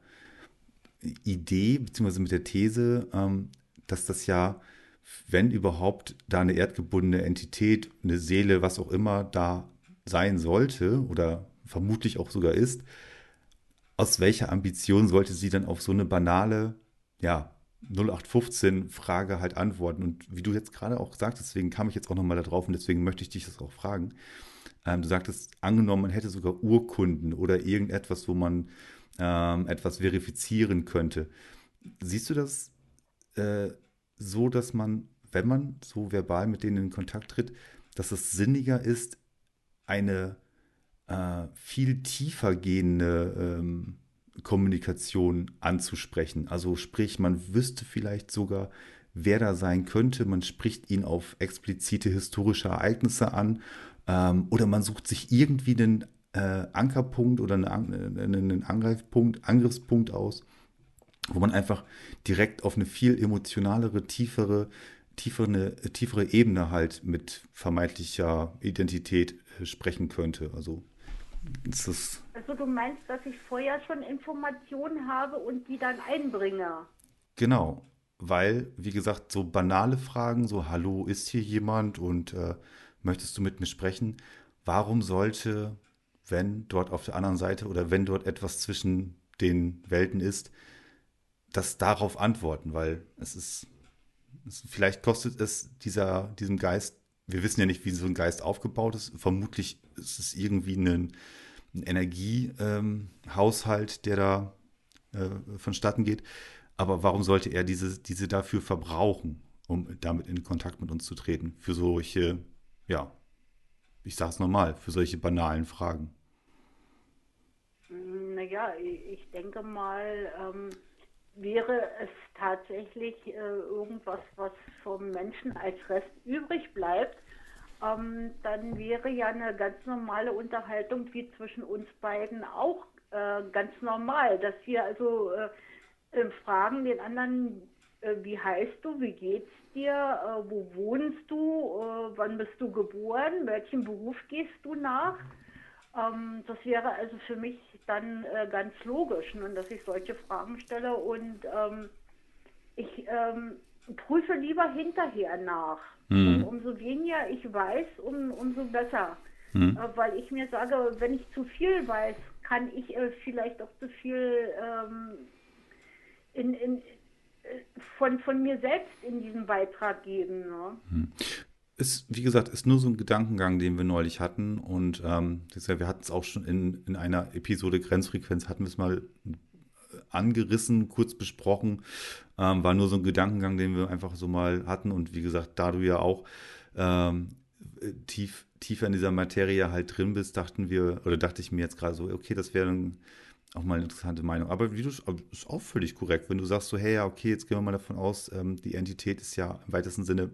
Idee, beziehungsweise mit der These, ähm, dass das ja, wenn überhaupt, da eine erdgebundene Entität, eine Seele, was auch immer da sein sollte oder vermutlich auch sogar ist, aus welcher Ambition sollte sie dann auf so eine banale, ja, null acht fünfzehn Frage halt antworten? Und wie du jetzt gerade auch sagst, deswegen kam ich jetzt auch nochmal da drauf und deswegen möchte ich dich das auch fragen. Ähm, du sagtest, angenommen, man hätte sogar Urkunden oder irgendetwas, wo man ähm, etwas verifizieren könnte. Siehst du das äh, so, dass man, wenn man so verbal mit denen in Kontakt tritt, dass es sinniger ist, eine äh, viel tiefer gehende ähm, Kommunikation anzusprechen? Also sprich, man wüsste vielleicht sogar, wer da sein könnte. Man spricht ihn auf explizite historische Ereignisse an ähm, oder man sucht sich irgendwie einen äh, Ankerpunkt oder einen, einen Angreifpunkt, Angriffspunkt aus, wo man einfach direkt auf eine viel emotionalere, tiefere, tiefere, eine, tiefere Ebene halt mit vermeintlicher Identität äh, sprechen könnte. Also ist das Also du meinst, dass ich vorher schon Informationen habe und die dann einbringe? genau, weil, wie gesagt, so banale Fragen, so Hallo, ist hier jemand und äh, möchtest du mit mir sprechen? Warum sollte, wenn dort auf der anderen Seite oder wenn dort etwas zwischen den Welten ist, das darauf antworten? Weil es ist Es, vielleicht kostet es dieser, diesem Geist, wir wissen ja nicht, wie so ein Geist aufgebaut ist. Vermutlich ist es irgendwie ein, ein Energiehaushalt, ähm, der da äh, vonstatten geht. Aber warum sollte er diese, diese dafür verbrauchen, um damit in Kontakt mit uns zu treten? Für solche, ja, ich sage es normal, für solche banalen Fragen. Hm, naja, ich denke mal, ähm, wäre es tatsächlich äh, irgendwas, was vom Menschen als Rest übrig bleibt, ähm, dann wäre ja eine ganz normale Unterhaltung wie zwischen uns beiden auch äh, ganz normal, dass wir also äh, äh, fragen den anderen, äh, wie heißt du, wie geht's dir, äh, wo wohnst du, äh, wann bist du geboren, welchen Beruf gehst du nach? Ähm, das wäre also für mich dann äh, ganz logisch, ne, dass ich solche Fragen stelle und ähm, ich ähm, prüfe lieber hinterher nach. Um, Hm. umso weniger ich weiß, um, umso besser. Hm. Äh, weil ich mir sage, wenn ich zu viel weiß, kann ich äh, vielleicht auch zu viel ähm, in, in, äh, von, von mir selbst in diesen Beitrag geben. Ne? Ist, wie gesagt, ist nur so ein Gedankengang, den wir neulich hatten. Und ähm, das ist ja, wir hatten es auch schon in, in einer Episode Grenzfrequenz, hatten wir es mal angerissen, kurz besprochen. Ähm, war nur so ein Gedankengang, den wir einfach so mal hatten. Und wie gesagt, da du ja auch ähm, tief, tiefer in dieser Materie halt drin bist, dachten wir, oder dachte ich mir jetzt gerade so, okay, das wäre dann auch mal eine interessante Meinung. Aber wie du, aber ist auch völlig korrekt, wenn du sagst so, hey, ja, okay, jetzt gehen wir mal davon aus, ähm, die Entität ist ja im weitesten Sinne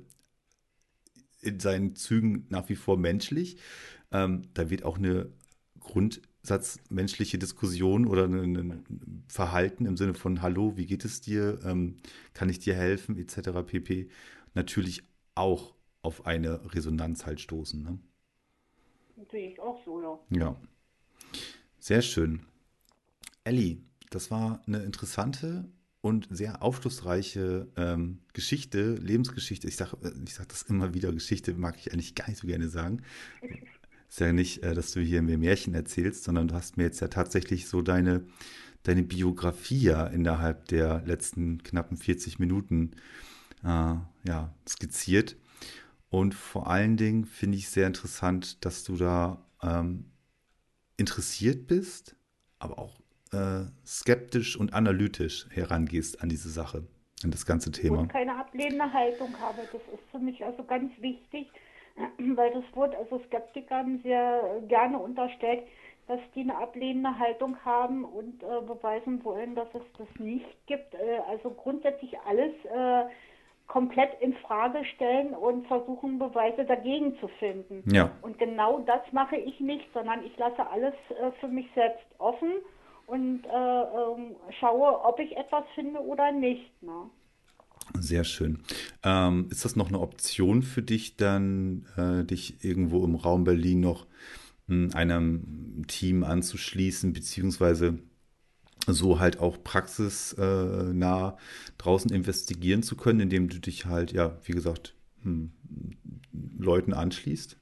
in seinen Zügen nach wie vor menschlich. Ähm, da wird auch eine grundsatzmenschliche Diskussion oder ein, ein Verhalten im Sinne von Hallo, wie geht es dir? Ähm, kann ich dir helfen? et cetera pp. Natürlich auch auf eine Resonanz halt stoßen. Ne? Sehe ich auch so, ja. Ja, sehr schön. Elli, das war eine interessante und sehr aufschlussreiche ähm, Geschichte, Lebensgeschichte. Ich sage ich sag das immer wieder, Geschichte mag ich eigentlich gar nicht so gerne sagen. Ist ja nicht, äh, dass du hier mir Märchen erzählst, sondern du hast mir jetzt ja tatsächlich so deine, deine Biografie ja innerhalb der letzten knappen vierzig Minuten äh, ja, skizziert. Und vor allen Dingen finde ich sehr interessant, dass du da ähm, interessiert bist, aber auch äh, skeptisch und analytisch herangehst an diese Sache, an das ganze Thema. Und keine ablehnende Haltung habe. Das ist für mich also ganz wichtig, weil das wird also Skeptikern sehr gerne unterstellt, dass die eine ablehnende Haltung haben und äh, beweisen wollen, dass es das nicht gibt. Äh, also grundsätzlich alles äh, komplett in Frage stellen und versuchen, Beweise dagegen zu finden. Ja, Und genau das mache ich nicht, sondern ich lasse alles äh, für mich selbst offen und äh, ähm, schaue, ob ich etwas finde oder nicht. Ne? sehr schön. Ähm, ist das noch eine Option für dich, dann äh, dich irgendwo im Raum Berlin noch mh, einem Team anzuschließen, beziehungsweise so halt auch praxisnah äh, nah draußen investigieren zu können, indem du dich halt, ja, wie gesagt, hm, Leuten anschließt?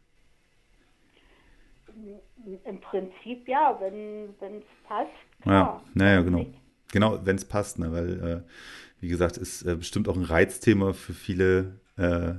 Im Prinzip ja, wenn es passt, Ja, klar, naja, warum genau. nicht? Genau, wenn es passt, ne? Weil, äh, wie gesagt, ist äh, bestimmt auch ein Reizthema für viele. Äh,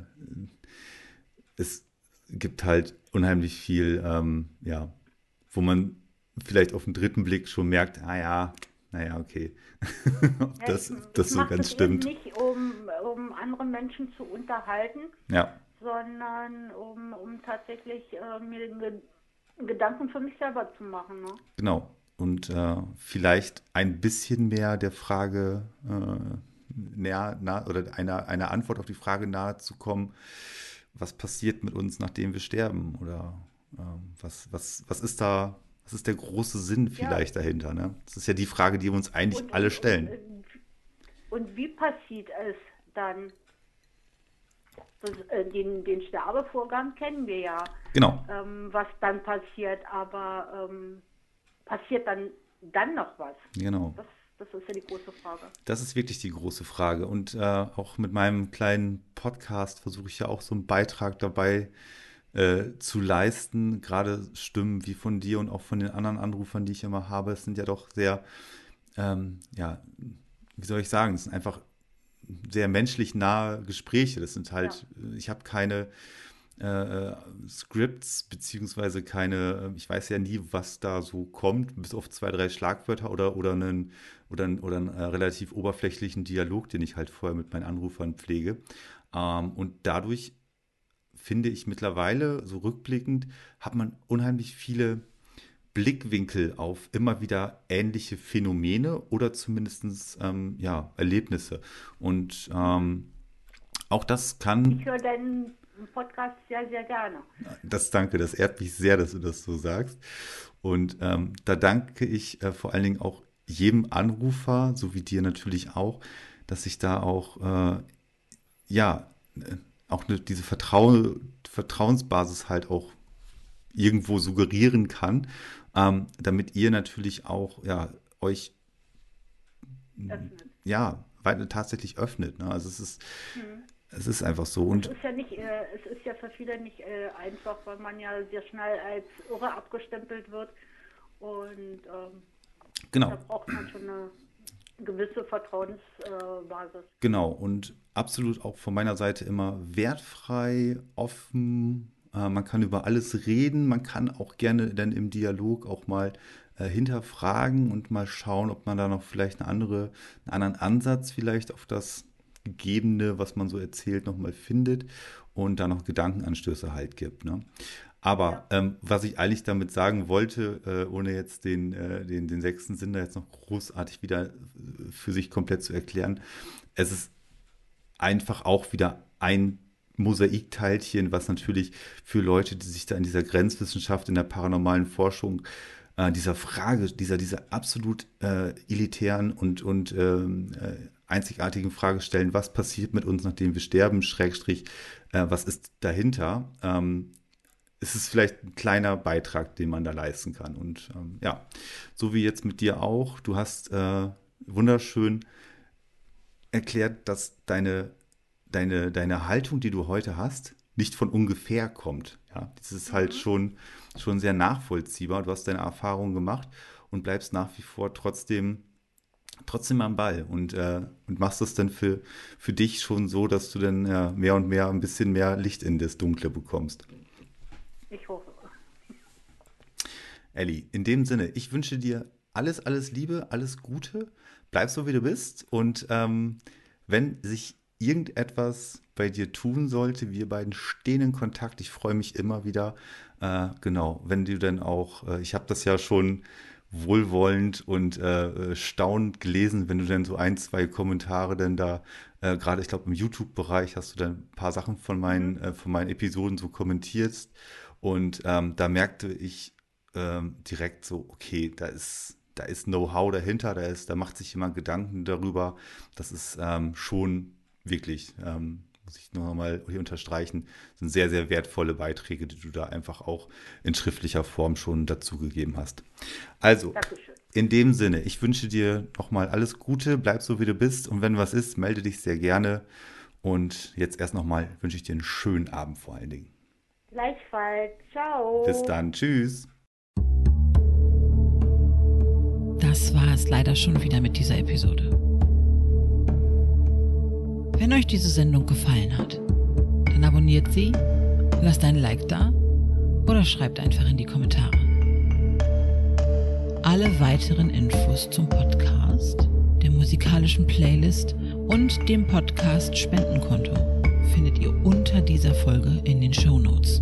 es gibt halt unheimlich viel, ähm, ja, wo man vielleicht auf den dritten Blick schon merkt, ah ja, naja, okay, ob Ja, ich, das, ob das ich so mache ganz das eben stimmt. nicht, um, um andere Menschen zu unterhalten, Ja, sondern um, um tatsächlich äh, mir Ge Gedanken für mich selber zu machen. Ne? genau. Und äh, vielleicht ein bisschen mehr der Frage äh, näher, nah, oder einer, einer Antwort auf die Frage nahe zu kommen, was passiert mit uns, nachdem wir sterben? Oder ähm, was, was, was ist da, was ist der große Sinn Ja, vielleicht dahinter? Ne? Das ist ja die Frage, die wir uns eigentlich und, alle und, und, stellen. äh, und wie passiert es dann? Das, äh, den, den Sterbevorgang kennen wir ja, Genau, ähm, was dann passiert, aber ähm, passiert dann, dann noch was? genau. Das, das ist ja die große Frage. Das ist wirklich die große Frage. Und äh, auch mit meinem kleinen Podcast versuche ich ja auch so einen Beitrag dabei äh, zu leisten. Gerade Stimmen wie von dir und auch von den anderen Anrufern, die ich immer habe, es sind ja doch sehr, ähm, ja, wie soll ich sagen, es sind einfach sehr menschlich nahe Gespräche. Das sind Ja. halt, ich habe keine äh, Scripts, beziehungsweise keine, äh, ich weiß ja nie, was da so kommt, bis auf zwei, drei Schlagwörter oder, oder einen, oder einen, oder einen äh, relativ oberflächlichen Dialog, den ich halt vorher mit meinen Anrufern pflege. Ähm, und dadurch finde ich mittlerweile, so rückblickend, hat man unheimlich viele Blickwinkel auf immer wieder ähnliche Phänomene oder zumindest ähm, ja, Erlebnisse. Und ähm, auch das Ich kann, höre deinen Podcast sehr, sehr gerne. das danke, das ehrt mich sehr, dass du das so sagst. Und ähm, da danke ich äh, vor allen Dingen auch jedem Anrufer, so wie dir natürlich auch, dass ich da auch, äh, ja, äh, auch ne, diese Vertrau Vertrauensbasis halt auch irgendwo suggerieren kann, ähm, damit ihr natürlich auch, ja, euch, Öffnet. ja, weiter tatsächlich öffnet. Ne? Also es ist, Mhm. es ist einfach so. Es Und ist ja nicht, äh, es ist ja für viele nicht äh, einfach, weil man ja sehr schnell als irre abgestempelt wird und ähm, da genau, braucht man schon eine gewisse Vertrauensbasis. genau. Und absolut auch von meiner Seite immer wertfrei, offen, Äh, man kann über alles reden. Man kann auch gerne dann im Dialog auch mal äh, hinterfragen und mal schauen, ob man da noch vielleicht eine andere, einen anderen Ansatz vielleicht auf das Gegebene, was man so erzählt, nochmal findet und da noch Gedankenanstöße halt gibt. Ne? Aber Ja. ähm, was ich eigentlich damit sagen wollte, äh, ohne jetzt den, äh, den, den sechsten Sinn da jetzt noch großartig wieder äh, für sich komplett zu erklären, es ist einfach auch wieder ein Mosaikteilchen, was natürlich für Leute, die sich da in dieser Grenzwissenschaft, in der paranormalen Forschung, äh, dieser Frage, dieser, dieser absolut äh, elitären und, und ähm, äh, einzigartigen Frage stellen, was passiert mit uns, nachdem wir sterben, Schrägstrich, äh, was ist dahinter, ähm, ist es vielleicht ein kleiner Beitrag, den man da leisten kann. Und ähm, ja, so wie jetzt mit dir auch, du hast äh, wunderschön erklärt, dass deine, deine, deine Haltung, die du heute hast, nicht von ungefähr kommt. Ja, das ist halt Mhm. schon, schon sehr nachvollziehbar. Du hast deine Erfahrungen gemacht und bleibst nach wie vor trotzdem, trotzdem am Ball und, äh, und machst das dann für, für dich schon so, dass du dann äh, mehr und mehr ein bisschen mehr Licht in das Dunkle bekommst. Ich hoffe. Elli, in dem Sinne, ich wünsche dir alles, alles Liebe, alles Gute. Bleib so, wie du bist. Und ähm, wenn sich irgendetwas bei dir tun sollte, wir beiden stehen in Kontakt. Ich freue mich immer wieder. Äh, genau, wenn du dann auch, äh, ich habe das ja schon wohlwollend und äh, staunend gelesen, wenn du dann so ein, zwei Kommentare dann da, äh, gerade ich glaube im YouTube-Bereich hast du dann ein paar Sachen von Mhm. meinen, äh, von meinen Episoden so kommentiert. Und ähm, da merkte ich ähm, direkt so, okay, da ist, da ist Know-how dahinter, da ist, da macht sich jemand Gedanken darüber. Das ist ähm, schon wirklich, ähm, muss ich noch mal hier unterstreichen, sind sehr, sehr wertvolle Beiträge, die du da einfach auch in schriftlicher Form schon dazugegeben hast. Also, Dankeschön. in dem Sinne, ich wünsche dir nochmal alles Gute, bleib so, wie du bist und wenn was ist, melde dich sehr gerne. Und jetzt erst nochmal wünsche ich dir einen schönen Abend vor allen Dingen. Gleichfalls. Bis Ciao. dann, tschüss. Das war es leider schon wieder mit dieser Episode. Wenn euch diese Sendung gefallen hat, dann abonniert sie, lasst ein Like da oder schreibt einfach in die Kommentare. Alle weiteren Infos zum Podcast, der musikalischen Playlist und dem Podcast Spendenkonto findet ihr unter dieser Folge in den Shownotes.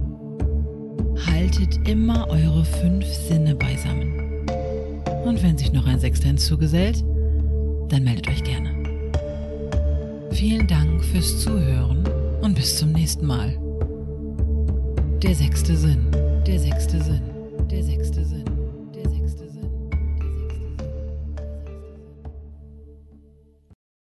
Haltet immer eure fünf Sinne beisammen. Und wenn sich noch ein Sechster hinzugesellt, dann meldet euch gerne. Vielen Dank fürs Zuhören und bis zum nächsten Mal. Der sechste Sinn, der sechste Sinn.